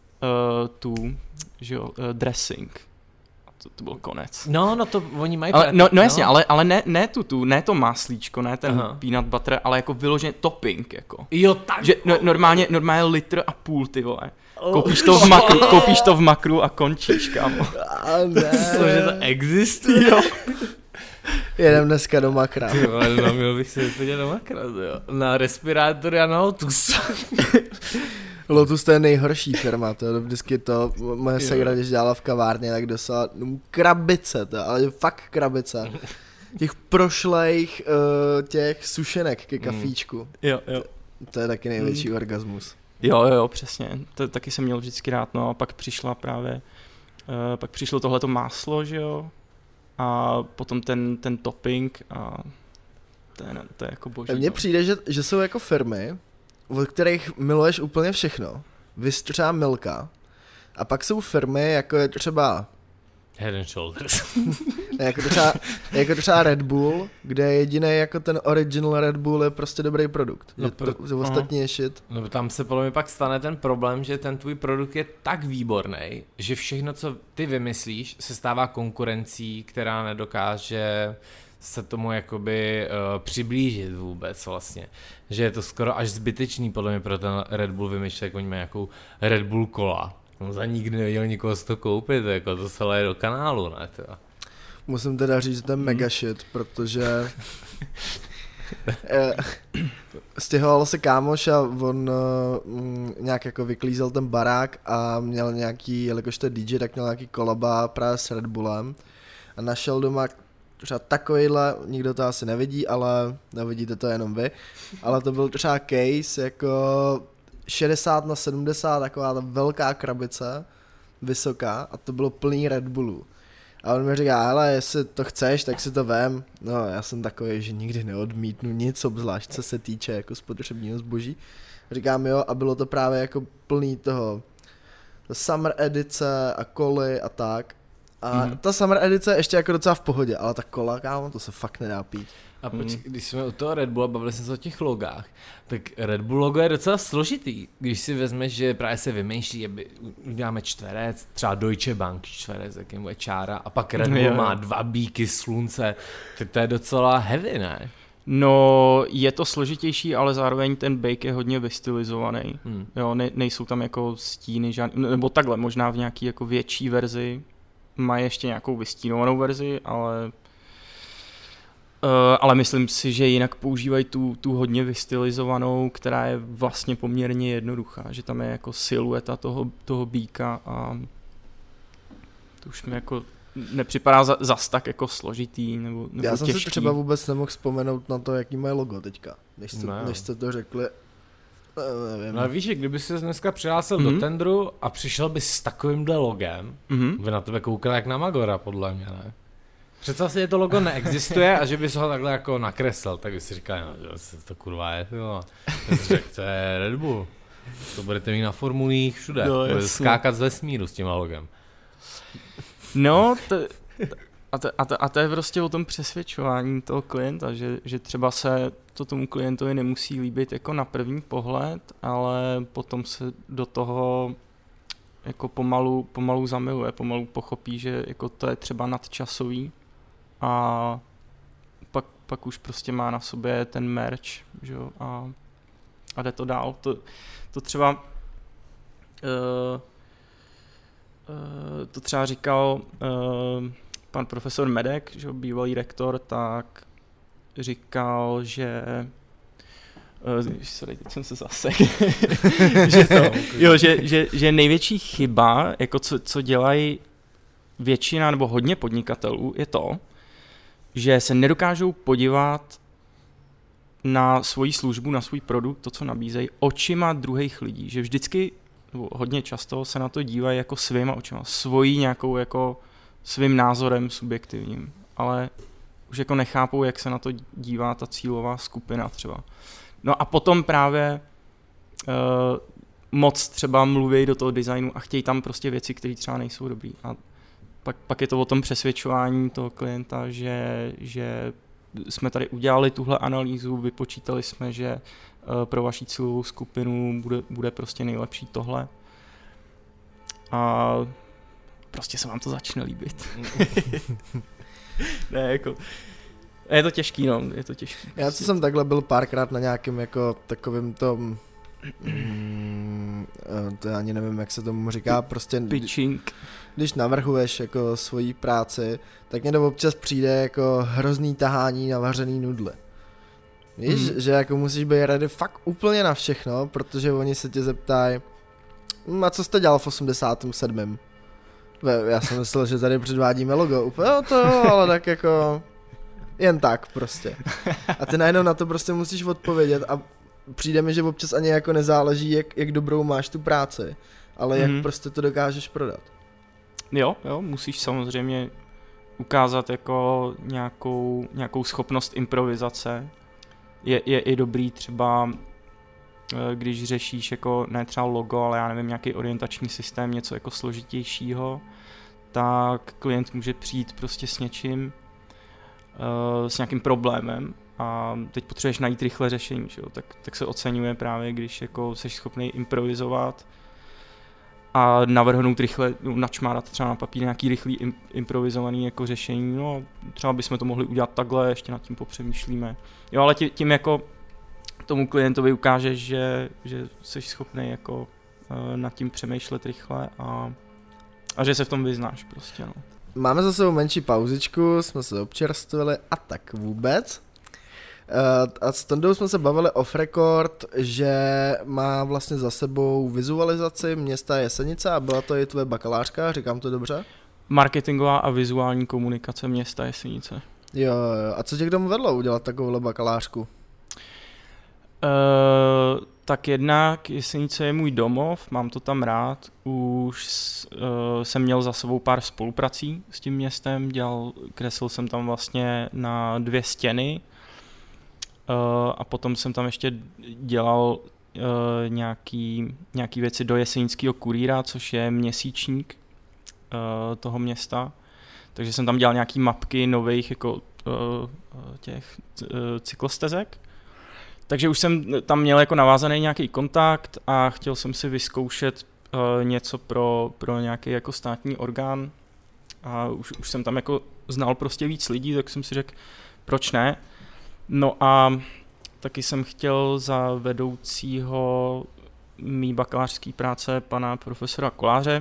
dressing. To byl konec. No, to oni mají... No jasně, ale ne to máslíčko, ne ten peanut butter, ale jako vyloženě topping, jako. Jo, tak. Že normálně litr a půl, ty vole. Koupíš to v makru a končíš, kámo. Cože to existuje? Jo. Jedem dneska do makra. Ty vole, no, měl bych se vypadě do makra, jo. Na respirátory a na Lotus. Lotus to je nejhorší firma, to je vždycky to, moje segra, když dělala v kavárně, tak dostala krabice, ale fakt krabice, těch prošlejch těch sušenek ke kafíčku. Jo. To je taky největší orgasmus. Jo, přesně, to taky jsem měl vždycky rád, no a pak přišlo tohleto máslo, že jo, a potom ten topping a to je jako boží. Mně přijde, že jsou jako firmy, od kterých miluješ úplně všechno. Vys třeba Milka. A pak jsou firmy, jako je třeba... Head and Shoulders. jako třeba Red Bull, kde jediný jako ten original Red Bull je prostě dobrý produkt. No, ostatní je shit. No tam se podle mě pak stane ten problém, že ten tvůj produkt je tak výborný, že všechno, co ty vymyslíš, se stává konkurencí, která nedokáže se tomu jakoby přiblížit vůbec vlastně. Že je to skoro až zbytečný podle mě pro ten Red Bull vymýšlet, jak oni mají nějakou Red Bull Cola. On za nikdy neviděl nikoho si to koupit, jako to se leje do kanálu, ne? Teda. Musím teda říct, že to je mega shit, protože stěhoval se kámoš a on nějak jako vyklízel ten barák a měl nějaký, jelikož to je DJ, tak měl nějaký kolaba právě s Red Bullem a našel doma třeba takovejhle, nikdo to asi nevidí, ale nevidíte to jenom vy, ale to byl třeba case jako 60x70, taková ta velká krabice, vysoká a to bylo plný Red Bullů. A on mi říká, hele, jestli to chceš, tak si to vem. No, já jsem takový, že nikdy neodmítnu nic, obzvlášť co se týče jako spotřebního zboží. Říkám jo a bylo to právě jako plný toho summer edice a koly a tak. A ta summer edice ještě jako docela v pohodě, ale ta kola, kámo, to se fakt nedá pít. A když jsme u toho Red Bulla bavili jsme se o těch logách, tak Red Bull logo je docela složitý. Když si vezmeš, že právě se vymýšlí, aby uděláme čtverec, třeba Deutsche Bank čtverec, jakým bude čára, a pak Red Bull má 2 bíky slunce, tak to je docela heavy, ne? No, je to složitější, ale zároveň ten bake je hodně vystylizovaný. Jo, nejsou tam jako stíny žádný, nebo takhle, možná v nějaký jako větší verzi mají ještě nějakou vystínovanou verzi, ale myslím si, že jinak používají tu hodně vystylizovanou, která je vlastně poměrně jednoduchá, že tam je jako silueta toho býka a to už mi jako nepřipadá zas tak jako složitý nebo Já jsem těžký. si třeba vůbec nemohl vzpomenout na to, jaký mají logo teďka, než jste to řekli. Nevím. No víš, že kdyby se dneska přihlásil do tendru a přišel bys s takovýmhle logem, by na tebe koukal jak na Magora, podle mě, ne? Představ si, že to logo neexistuje a že bys ho takhle jako nakreslil, tak bys si říkal, no, že to kurva je, jo. Já si řekl, to je Red Bull. To budete mít na formulích všude, budete skákat z vesmíru s tím logem. No, a to je prostě o tom přesvědčování toho klienta, že třeba se to tomu klientovi nemusí líbit jako na první pohled, ale potom se do toho jako pomalu zamiluje, pomalu pochopí, že jako to je třeba nadčasový a pak už prostě má na sobě ten merch, že jo, a jde to dál. To třeba to třeba říkal pan profesor Medek, že bývalý rektor, tak říkal, že sorry, teď jsem se zasek. že největší chyba, jako co dělají většina nebo hodně podnikatelů, je to, že se nedokážou podívat na svoji službu, na svůj produkt, to, co nabízejí, očima druhých lidí. Že vždycky, nebo hodně často se na to dívají jako svýma očima, svojí nějakou jako svým názorem subjektivním, ale už jako nechápou, jak se na to dívá ta cílová skupina třeba. No a potom právě moc třeba mluví do toho designu a chtějí tam prostě věci, které třeba nejsou dobrý. A pak je to o tom přesvědčování toho klienta, že jsme tady udělali tuhle analýzu, vypočítali jsme, že pro vaši cílovou skupinu bude prostě nejlepší tohle. A prostě se vám to začne líbit. Ne, jako... Je to těžký, no, je to těžký. Já co jsem takhle byl párkrát na nějakém jako takovým tom, to já ani nevím, jak se tomu říká, prostě pitching. Když navrhuješ jako svoji práci, tak mě to občas přijde jako hrozný tahání na vařený nudle. Víš, že jako musíš být ready fakt úplně na všechno, protože oni se tě zeptají, a co jste dělal v 87. Já jsem myslel, že tady předvádíme logo, úplně to jo, ale tak jako... Jen tak prostě. A ty najednou na to prostě musíš odpovědět a přijde mi, že občas ani jako nezáleží, jak dobrou máš tu práci, ale jak prostě to dokážeš prodat. Jo, musíš samozřejmě ukázat jako nějakou schopnost improvizace. Je i dobrý třeba, když řešíš jako ne třeba logo, ale já nevím, nějaký orientační systém, něco jako složitějšího, tak klient může přijít prostě s něčím, s nějakým problémem a teď potřebuješ najít rychle řešení, že jo? Tak se oceňuje právě, když jako seš schopný improvizovat a navrhnout rychle, načmárat třeba na papír nějaký rychlý improvizovaný jako řešení, no třeba bychom to mohli udělat takhle, ještě nad tím popřemýšlíme. Jo, ale tím jako tomu klientovi ukážeš, že seš schopný jako nad tím přemýšlet rychle a že se v tom vyznáš prostě, no. Máme za sebou menší pauzičku, jsme se občerstvili a tak vůbec. A s Tondou jsme se bavili off record, že má vlastně za sebou vizualizaci města Jesenice a byla to i tvoje bakalářka, říkám to dobře? Marketingová a vizuální komunikace města Jesenice. Jo. A co tě k tomu vedlo udělat takovouhle bakalářku? Tak jednak Jesenice je můj domov, mám to tam rád, už jsem měl za sebou pár spoluprací s tím městem, kreslil jsem tam vlastně na 2 stěny a potom jsem tam ještě dělal nějaký věci do Jesenického kurýra, což je měsíčník toho města, takže jsem tam dělal nějaký mapky nových jako těch cyklostezek. Takže už jsem tam měl jako navázaný nějaký kontakt a chtěl jsem si vyzkoušet něco pro nějaký jako státní orgán. A už jsem tam jako znal prostě víc lidí, tak jsem si řekl, proč ne. No a taky jsem chtěl za vedoucího mý bakalářské práce pana profesora Koláře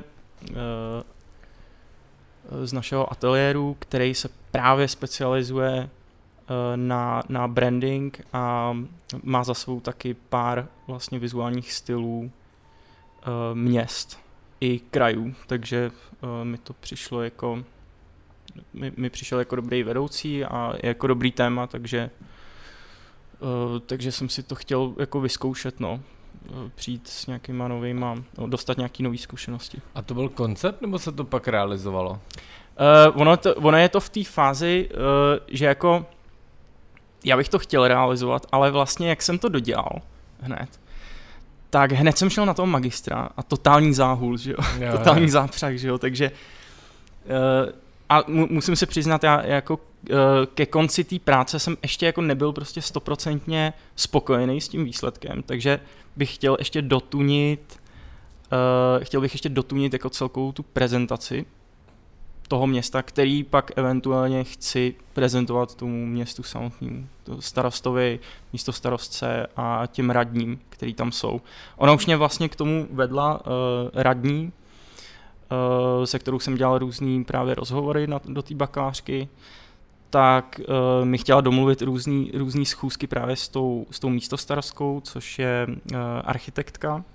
z našeho ateliéru, který se právě specializuje na branding a má za svou taky pár vlastně vizuálních stylů měst i krajů, takže mi to přišlo jako mi přišel jako dobrý vedoucí a jako dobrý téma, takže jsem si to chtěl jako vyzkoušet, přijít s nějakýma novýma, dostat nějaký nový zkušenosti. A to byl koncept, nebo se to pak realizovalo? Ono je to v té fázi, že jako já bych to chtěl realizovat, ale vlastně jak jsem to dodělal hned, tak hned jsem šel na toho magistra a totální záhul, že jo? Totální zápřah, že jo? Takže a musím se přiznat, já jako ke konci té práce jsem ještě jako nebyl prostě 100% spokojený s tím výsledkem, takže bych chtěl ještě dotunit jako celkovou tu prezentaci toho města, který pak eventuálně chci prezentovat tomu městu samotnému, starostovi, místostarostce a těm radním, který tam jsou. Ona už mě vlastně k tomu vedla radní, se kterou jsem dělal různý právě rozhovory do té bakalářky, tak mi chtěla domluvit různý schůzky právě s tou místostarostkou, což je architektka.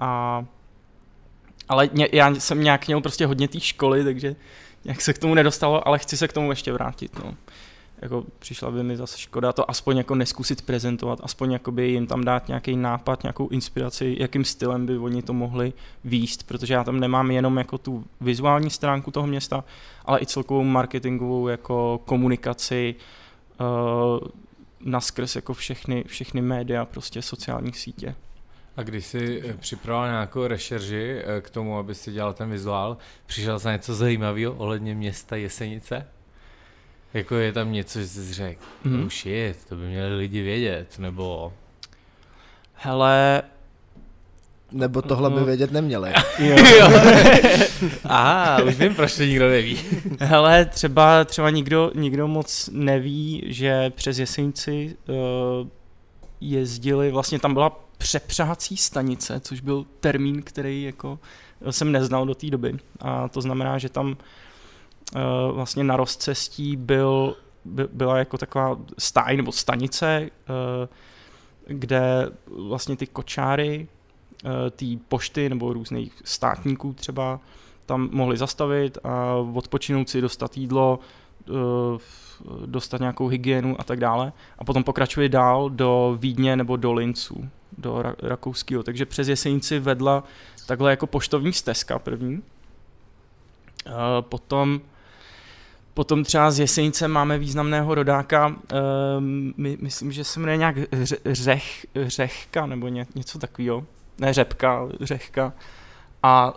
Ale já jsem nějak měl prostě hodně té školy, takže nějak se k tomu nedostalo, ale chci se k tomu ještě vrátit. Jako přišla by mi zase škoda to aspoň jako neskusit prezentovat, aspoň jakoby jim tam dát nějaký nápad, nějakou inspiraci, jakým stylem by oni to mohli vést, protože já tam nemám jenom jako tu vizuální stránku toho města, ale i celkovou marketingovou jako komunikaci naskrz jako všechny média, prostě sociální sítě. A když jsi připravoval nějakou rešerži k tomu, aby si dělal ten vizuál, přišel jsi na něco zajímavého ohledně města Jesenice? Jako je tam něco, že jsi řekl, shit, to by měli lidi vědět, nebo... Hele... Nebo tohle by vědět neměli. Aha, už vím, proč to nikdo neví. Hele, třeba nikdo moc neví, že přes Jesenici jezdili, vlastně tam byla přepřahací stanice, což byl termín, který jako jsem neznal do té doby. A to znamená, že tam vlastně na rozcestí byla jako taková stáj nebo stanice, kde vlastně ty kočáry, ty pošty nebo různých státníků třeba tam mohli zastavit a odpočinout si, dostat jídlo, dostat nějakou hygienu a tak dále. A potom pokračuje dál do Vídně nebo do Lincu, do rakouského. Takže přes Jesenici vedla takhle jako poštovní stezka první. Potom třeba z Jesenice máme významného rodáka, myslím, že se jmenuje nějak Řehka nebo něco takového. Ne Řepka, Řehka. A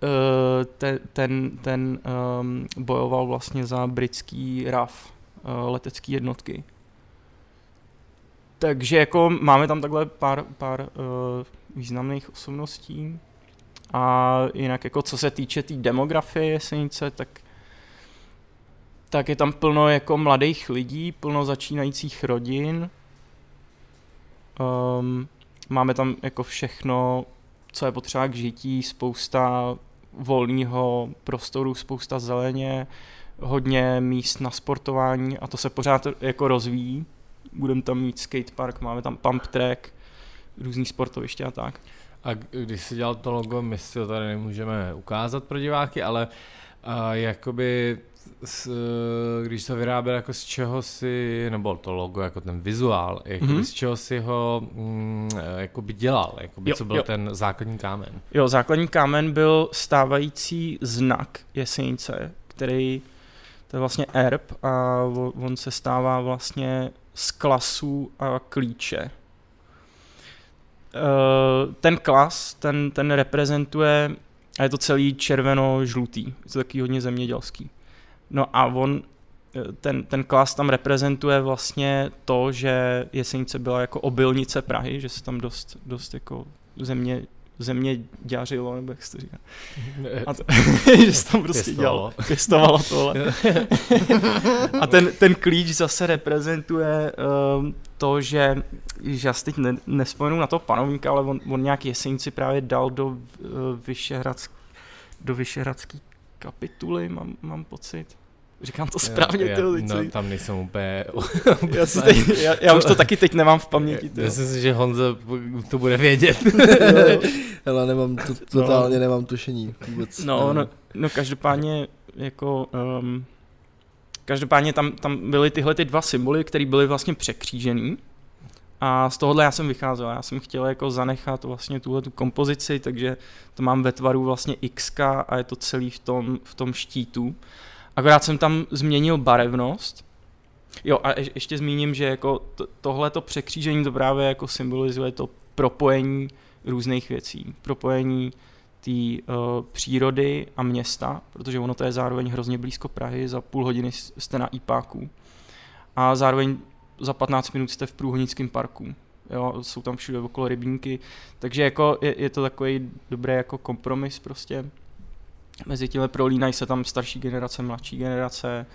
ten bojoval vlastně za britský RAF, letecký jednotky. Takže jako máme tam takhle pár významných osobností. A jinak jako co se týče té demografie Jesenice, tak je tam plno jako mladých lidí, plno začínajících rodin. Máme tam jako všechno, co je potřeba k žití, spousta volného prostoru, spousta zeleně, hodně míst na sportování a to se pořád jako rozvíjí. Budeme tam mít skatepark, máme tam pump track, různý sportoviště a tak. A když jsi dělal to logo, my si to tady nemůžeme ukázat pro diváky, ale jakoby když se vyráběl, jako z čeho si, nebo to logo, jako ten vizuál, jakoby z čeho si ho jakoby dělal, jakoby co byl ten základní kámen? Jo, základní kámen byl stávající znak Jesenice, který, to je vlastně erb a on se stává vlastně z klasů a klíče. Ten klas, ten reprezentuje, a je to celý červeno-žlutý, je to taky hodně zemědělský. No a on ten klas tam reprezentuje vlastně to, že Jesenice byla jako obilnice Prahy, že se tam dost jako země děřilo, nebo jak se to říká. Že se tam prostě pěstovalo tohle. A ten klíč zase reprezentuje to, že já si teď nespomenu na toho panovníka, ale on nějak Jesenici právě dal do Vyšehradské kapituly, mám pocit. Říkám to správně, no, tam nejsem úplně... já už to taky teď nemám v paměti. Myslím si, že Honza to bude vědět. Hele, totálně nemám tušení vůbec. No každopádně jako... Každopádně tam byly tyhle ty dva symboly, které byly vlastně překřížený. A z tohohle já jsem vycházel. Já jsem chtěl jako zanechat vlastně tu kompozici, takže to mám ve tvaru vlastně X a je to celý v tom štítu. Akorát jsem tam změnil barevnost. Jo, a ještě zmíním, že jako tohleto překřížení to právě jako symbolizuje to propojení různých věcí. Propojení té přírody a města, protože ono to je zároveň hrozně blízko Prahy, za půl hodiny jste na Ipáku. A zároveň za 15 minut jste v Průhonickém parku. Jo, jsou tam všude okolo rybníky, takže jako je to takový dobrý jako kompromis prostě. Mezi těmi prolínají se tam starší generace, mladší generace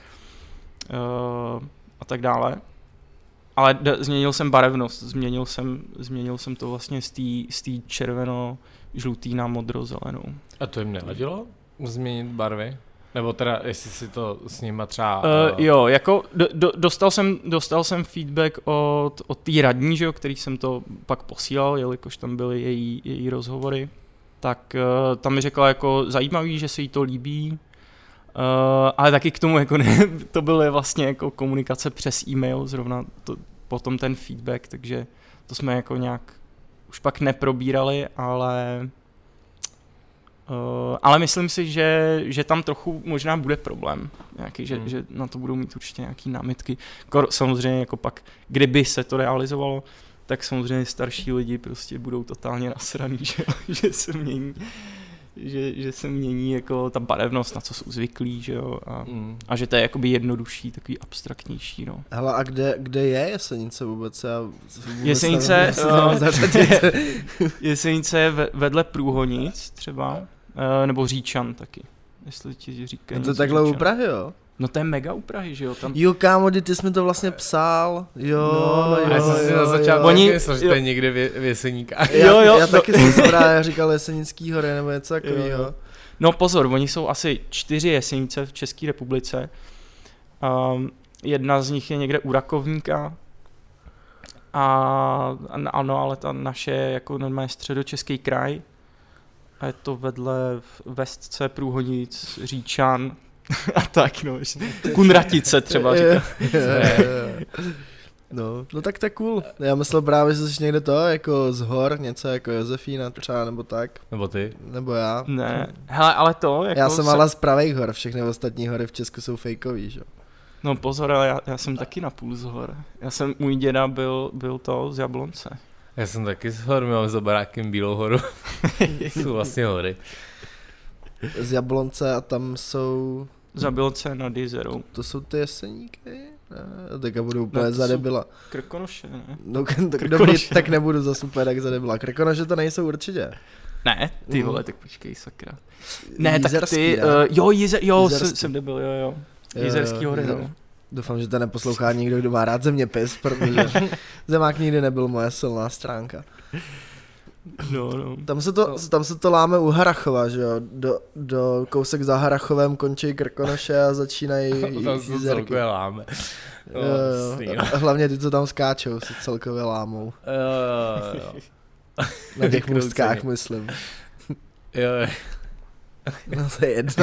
a tak dále. Ale změnil jsem barevnost, změnil jsem to vlastně z té červeno-žlutý na modro-zelenou. A to jim nevadilo změnit barvy? Nebo teda, jestli si to s nima třeba... Jo, jako dostal jsem feedback od té radní, že jo, který jsem to pak posílal, jelikož tam byly její rozhovory. Tak tam mi řekla jako zajímavý, že se jí to líbí, ale taky k tomu jako to bylo vlastně jako komunikace přes e-mail, zrovna potom ten feedback, takže to jsme jako nějak už pak neprobírali, ale myslím si, že tam trochu možná bude problém, nějaký, že na to budou mít určitě nějaký námitky. Samozřejmě jako pak, kdyby se to realizovalo, tak samozřejmě starší lidi prostě budou totálně nasraný, že se mění jako ta barevnost, na co jsou zvyklí, že jo, a že to je jakoby jednodušší, takový abstraktnější, no. Hele, a kde je Jesenice vůbec? Jesenice je vedle Průhonic třeba, nebo Říčan taky, jestli ti říkají. To je takhle u Prahy, jo? No to je mega u Prahy, že jo? Tam... Jo, kámo, ty jsi mi to vlastně psal. Jo. Já jsem si na začátku myslel, že to je někde v Jeseníkách. Já taky jsem právě říkal Jesenický hory nebo něco takového. No pozor, oni jsou asi 4 Jesenice v České republice. Jedna z nich je někde u Rakovníka. Ano, ale ta naše je jako normálně Středočeský kraj. A je to vedle Vestce, Průhonic, Říčan. A tak, no, Kunratice třeba říká. No tak to je cool. Já myslel právě, že jsi někde to, jako z hor, něco jako Josefína třeba, nebo tak. Nebo ty. Nebo já. Ne, hele, ale to jako... Já jsem ale z pravých hor, všechny ostatní hory v Česku jsou fejkový, že? No pozor, ale já jsem taky napůl z hor. Můj děda byl to z Jablonce. Já jsem taky z hor, mám za barákem Bílou horu. Jsou vlastně hory. Z Jablonce a tam jsou... Z Jablonce nad Jizerou. To jsou ty Jeseníky? Ne, tak já budu úplně zadebila. Krkonoše, ne? No dobrý, tak nebudu za super jak zadebila. Krkonoše to nejsou určitě. Ne, ty vole, tak počkej, sakra. Ne, Jizerský, tak ty, jsem debil, jo. Jizerský hory, no. Doufám, že to neposlouchá někdo, kdo má rád zeměpis, protože zemák nikdy nebyl moje silná stránka. No. Tam se to láme u Harachova, že jo? Do kousek za Harachovem končí Krkonoše a začínají tam se celkově láme. A hlavně ty, co tam skáčou, se celkově lámou. Jo. Na těch můstkách, myslím. Jo. No to je jedno.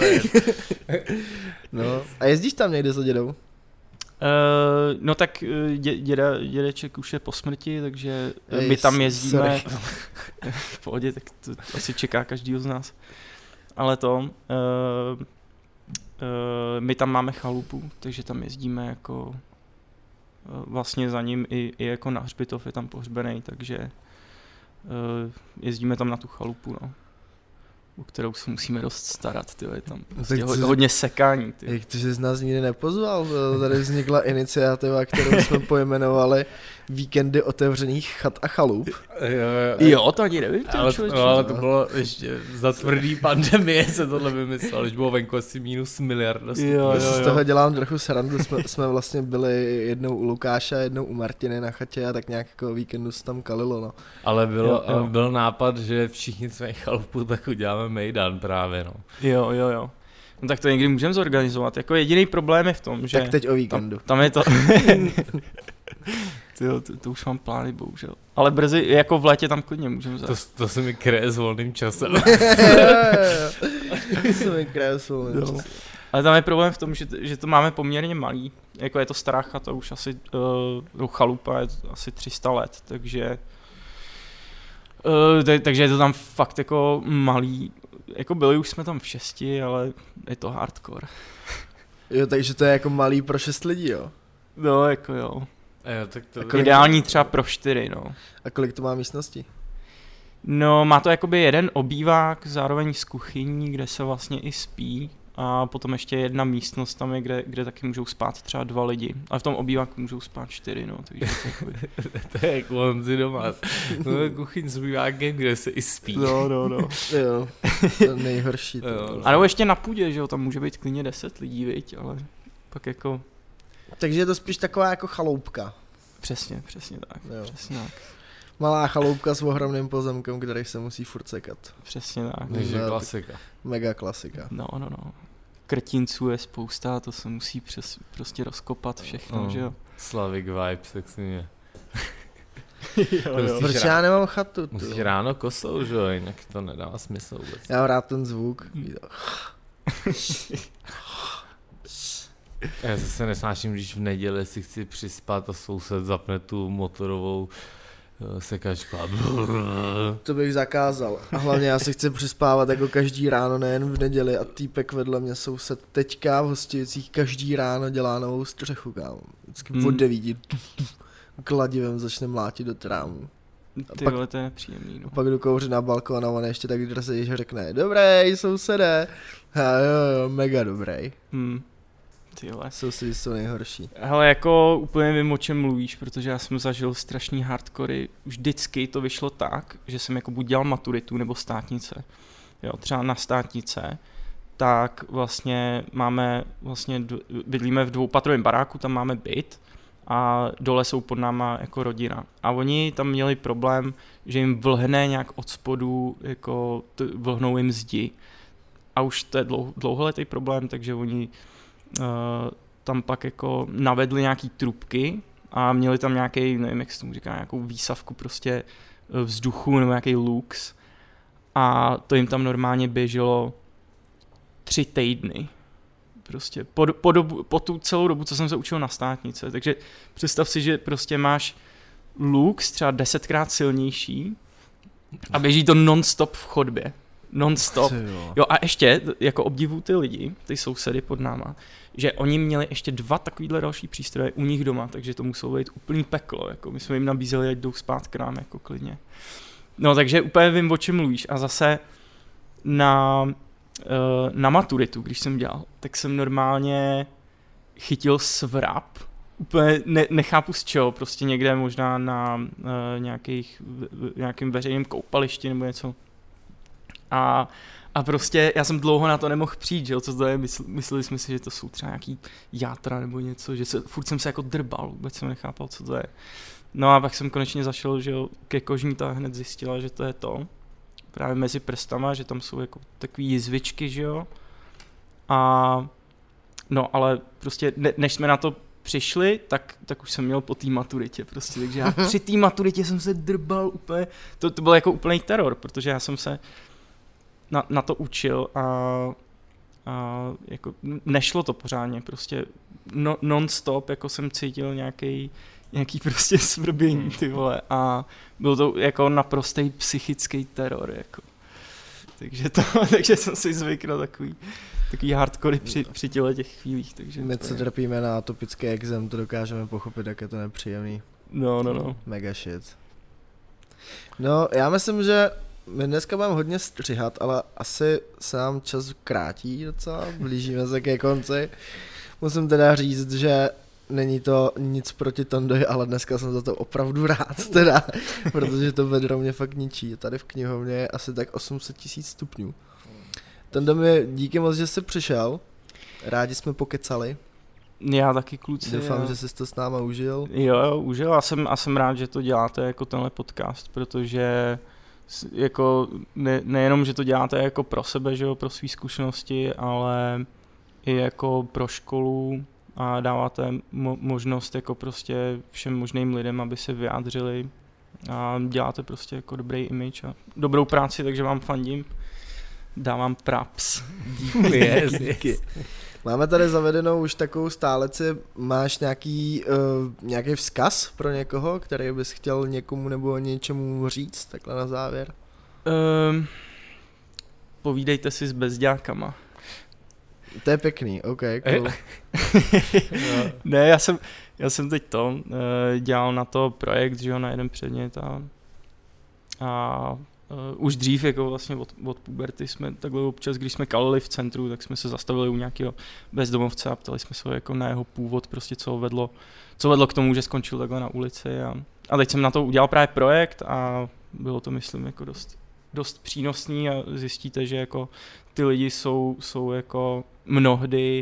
No, a jezdíš tam někde za dědou? No tak dědeček už je po smrti, takže my tam jezdíme. V pohodě, tak to asi čeká každýho z nás. Ale my tam máme chalupu, takže tam jezdíme jako vlastně za ním i jako na hřbitov je tam pohřbený, takže jezdíme tam na tu chalupu, no. o kterou se musíme dost starat, tyjo, je tam Tak hodně sekání. Jak to, že jsi nás nikdy nepozval, tady vznikla iniciativa, kterou jsme pojmenovali Víkendy otevřených chat a chalup. Jo, to ani nevím, ale to bylo ještě za tvrdý pandemie se tohle vymyslel, když bylo venku asi minus miliarda. Z toho dělám trochu srandu, jsme vlastně byli jednou u Lukáša, jednou u Martiny na chatě a tak nějak jako víkendu se tam kalilo, no. Ale byl nápad, že všichni své chalupu tak uděláme mejdan právě, no. Jo. No tak to někdy můžeme zorganizovat, jako jediný problém je v tom, že... Tak teď o víkendu. Tam je to... Tyjo, to už mám plány, bohužel. Ale brzy, jako v létě tam klidně můžeme zase. To se mi kryje s volným časem. Ale tam je problém v tom, že to máme poměrně malý. Jako je to stará chata, už asi chalupa, je to asi 300 let, takže je to tam fakt jako malý. Jako byli už jsme tam v 6, ale je to hardcore. Jo, takže to je jako malý pro 6 lidí, jo? No, jako jo. Tak to jako ideální třeba pro 4, no. A kolik to má místností? No, má to jakoby jeden obývák, zároveň s kuchyní, kde se vlastně i spí. A potom ještě jedna místnost tam je, kde taky můžou spát třeba 2 lidi. Ale v tom obýváku můžou spát 4, no. Takže to je jako Honzi doma. No je kuchyň s obývákem, kde se i spí. No. Jo, to je nejhorší. A nebo ještě na půdě, že jo, tam může být klidně 10 lidí, viď, ale pak jako... Takže je to spíš taková jako chaloupka. Přesně tak, přesně tak. Malá chaloupka s ohromným pozemkem, který se musí furt sekat. Přesně tak. Takže klasika. Mega klasika. No. Krtinců je spousta, to se musí prostě rozkopat všechno, že jo. Slavic vibes, tak si mě. Proč já nemám chatu? Musíš ráno kosou, že jo, jinak to nedává smysl vůbec. Já mám rád ten zvuk. Já zase nesnáším, když v neděli si chci přispat a soused zapne tu motorovou sekačku. To bych zakázal. A hlavně já se chci přispávat jako každý ráno, nejen v neděli, a týpek vedle mě soused teďka v Hostějicích každý ráno dělá novou střechu, kámo. Vždycky od 9 kladivem začne mlátit do trámu. Tyhle, to je nepříjemný, no. Pak jdu kouřit na balkón a on ještě tak drsej, že řekne: dobrý, sousede. A jo, mega dobrý. Tyhle. Sousedi jsou nejhorší. Hele, jako úplně vím, o čem mluvíš, protože já jsem zažil strašný hardcory. Vždycky to vyšlo tak, že jsem jako buď dělal maturitu nebo státnice. Jo, třeba na státnice, tak vlastně bydlíme v 2patrovém baráku, tam máme byt a dole jsou pod náma jako rodina. A oni tam měli problém, že jim vlhne nějak od spodu, jako vlhnou jim zdi. A už to je dlouholetý problém, takže oni tam pak jako navedli nějaký trubky a měli tam nějaký, nevím jak se tomu říká, nějakou výsavku prostě vzduchu nebo nějaký lux a to jim tam normálně běželo 3 týdny. Prostě po tu celou dobu, co jsem se učil na státnice. Takže představ si, že prostě máš lux třeba 10krát silnější a běží to non-stop v chodbě. Non-stop. Jo, a ještě, jako obdivuju ty lidi, ty sousedy pod náma, že oni měli ještě 2 takovýhle další přístroje u nich doma, takže to muselo být úplný peklo, jako my jsme jim nabízeli, ať jdou spát k nám, jako klidně. No, takže úplně vím, o čem mluvíš. A zase na maturitu, když jsem dělal, tak jsem normálně chytil svrap, úplně nechápu z čeho, prostě někde možná na nějakým veřejném koupališti nebo něco. A prostě já jsem dlouho na to nemohl přijít, že jo, co to je, mysleli jsme si, že to jsou třeba nějaký játra nebo něco, že furt jsem se jako drbal, vůbec jsem nechápal, co to je. No a pak jsem konečně zašel, že jo, ke kožní, ta hned zjistila, že to je to, právě mezi prstama, že tam jsou jako takový jizvičky, že jo. A no, ale prostě než jsme na to přišli, tak už jsem měl po té maturitě prostě, takže já při té maturitě jsem se drbal úplně, to byl jako úplný teror, protože já jsem se na to učil a jako nešlo to pořádně, prostě non-stop jako jsem cítil nějaký prostě svrbění, ty vole, a byl to jako naprostý psychický teror, jako. Takže jsem si zvykl na takový hardcory při těch chvílích, takže... My se trpíme na atopický ekzem, to dokážeme pochopit, jak je to nepříjemný. No. Mega shit. No, já myslím, že my dneska budeme hodně střihat, ale asi se nám čas krátí docela, blížíme se ke konci. Musím teda říct, že není to nic proti Tondovi, ale dneska jsem za to opravdu rád teda, protože to vedro mě fakt ničí. Tady v knihovně je asi tak 800 000 stupňů. Tondo, mi díky moc, že jsi přišel, rádi jsme pokecali. Já taky, kluci. Doufám, že jsi to s náma užil. Jo, užil a jsem rád, že to děláte jako tenhle podcast, protože jako nejenom, že to děláte jako pro sebe, že jo, pro svý zkušenosti, ale i jako pro školu a dáváte možnost jako prostě všem možným lidem, aby se vyjádřili a děláte prostě jako dobrý image a dobrou práci, takže vám fandím. Dávám props. Díky. Máme tady zavedenou už takovou stáleci, máš nějaký vzkaz pro někoho, který bys chtěl někomu nebo něčemu říct, takhle na závěr? Povídejte si s bezďákama. To je pěkný, ok, cool. Ne, já jsem teď dělal na to projekt, že jo, na jeden předmět a už dřív, jako vlastně od puberty jsme takhle občas, když jsme kalili v centru, tak jsme se zastavili u nějakého bezdomovce a ptali jsme se jako na jeho původ, prostě co vedlo k tomu, že skončil takhle na ulici a teď jsem na to udělal právě projekt a bylo to, myslím, jako dost přínosný a zjistíte, že jako ty lidi jsou jako mnohdy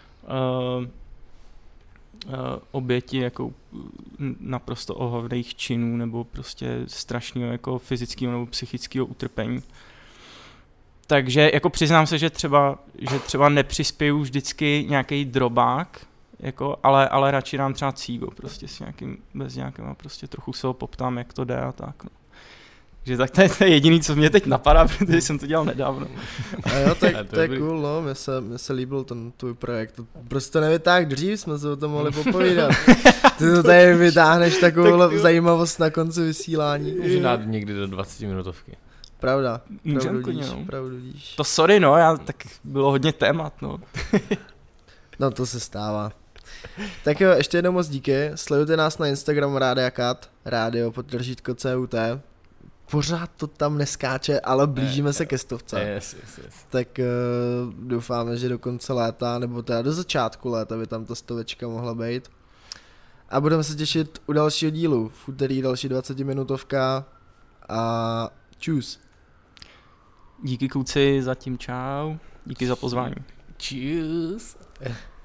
oběti jako naprosto ohavných činů nebo prostě strašného jako fyzického nebo psychického utrpení. Takže jako přiznám se, že třeba nepřispěju vždycky nějaký drobák, jako, ale radši dám třeba cígo prostě bez nějakým a prostě trochu se ho poptám, jak to jde a tak. No. Takže tak to je jediný, co mě teď napadá, protože jsem to dělal nedávno. A jo, to je cool, no, mně se líbil ten tvůj projekt. Prostě to nevytáhl dřív, jsme se o tom mohli popovídat. Ty to tady vytáhneš takovou zajímavost na konci vysílání. Může dát někdy do 20 minutovky. Pravda, pravdu díš. To sorry, no, tak bylo hodně témat, no. No to se stává. Tak jo, ještě jednou moc díky, sledujte nás na Instagramu Rádia Kat, radio_CUT. Pořád to tam neskáče, ale blížíme se ke 100. Yes. Tak doufáme, že do konce léta, nebo teda do začátku léta by tam ta 100 mohla být. A budeme se těšit u dalšího dílu. V úterý další 20minutovka a čus. Díky, kluci, zatím čau. Díky za pozvání. Čus.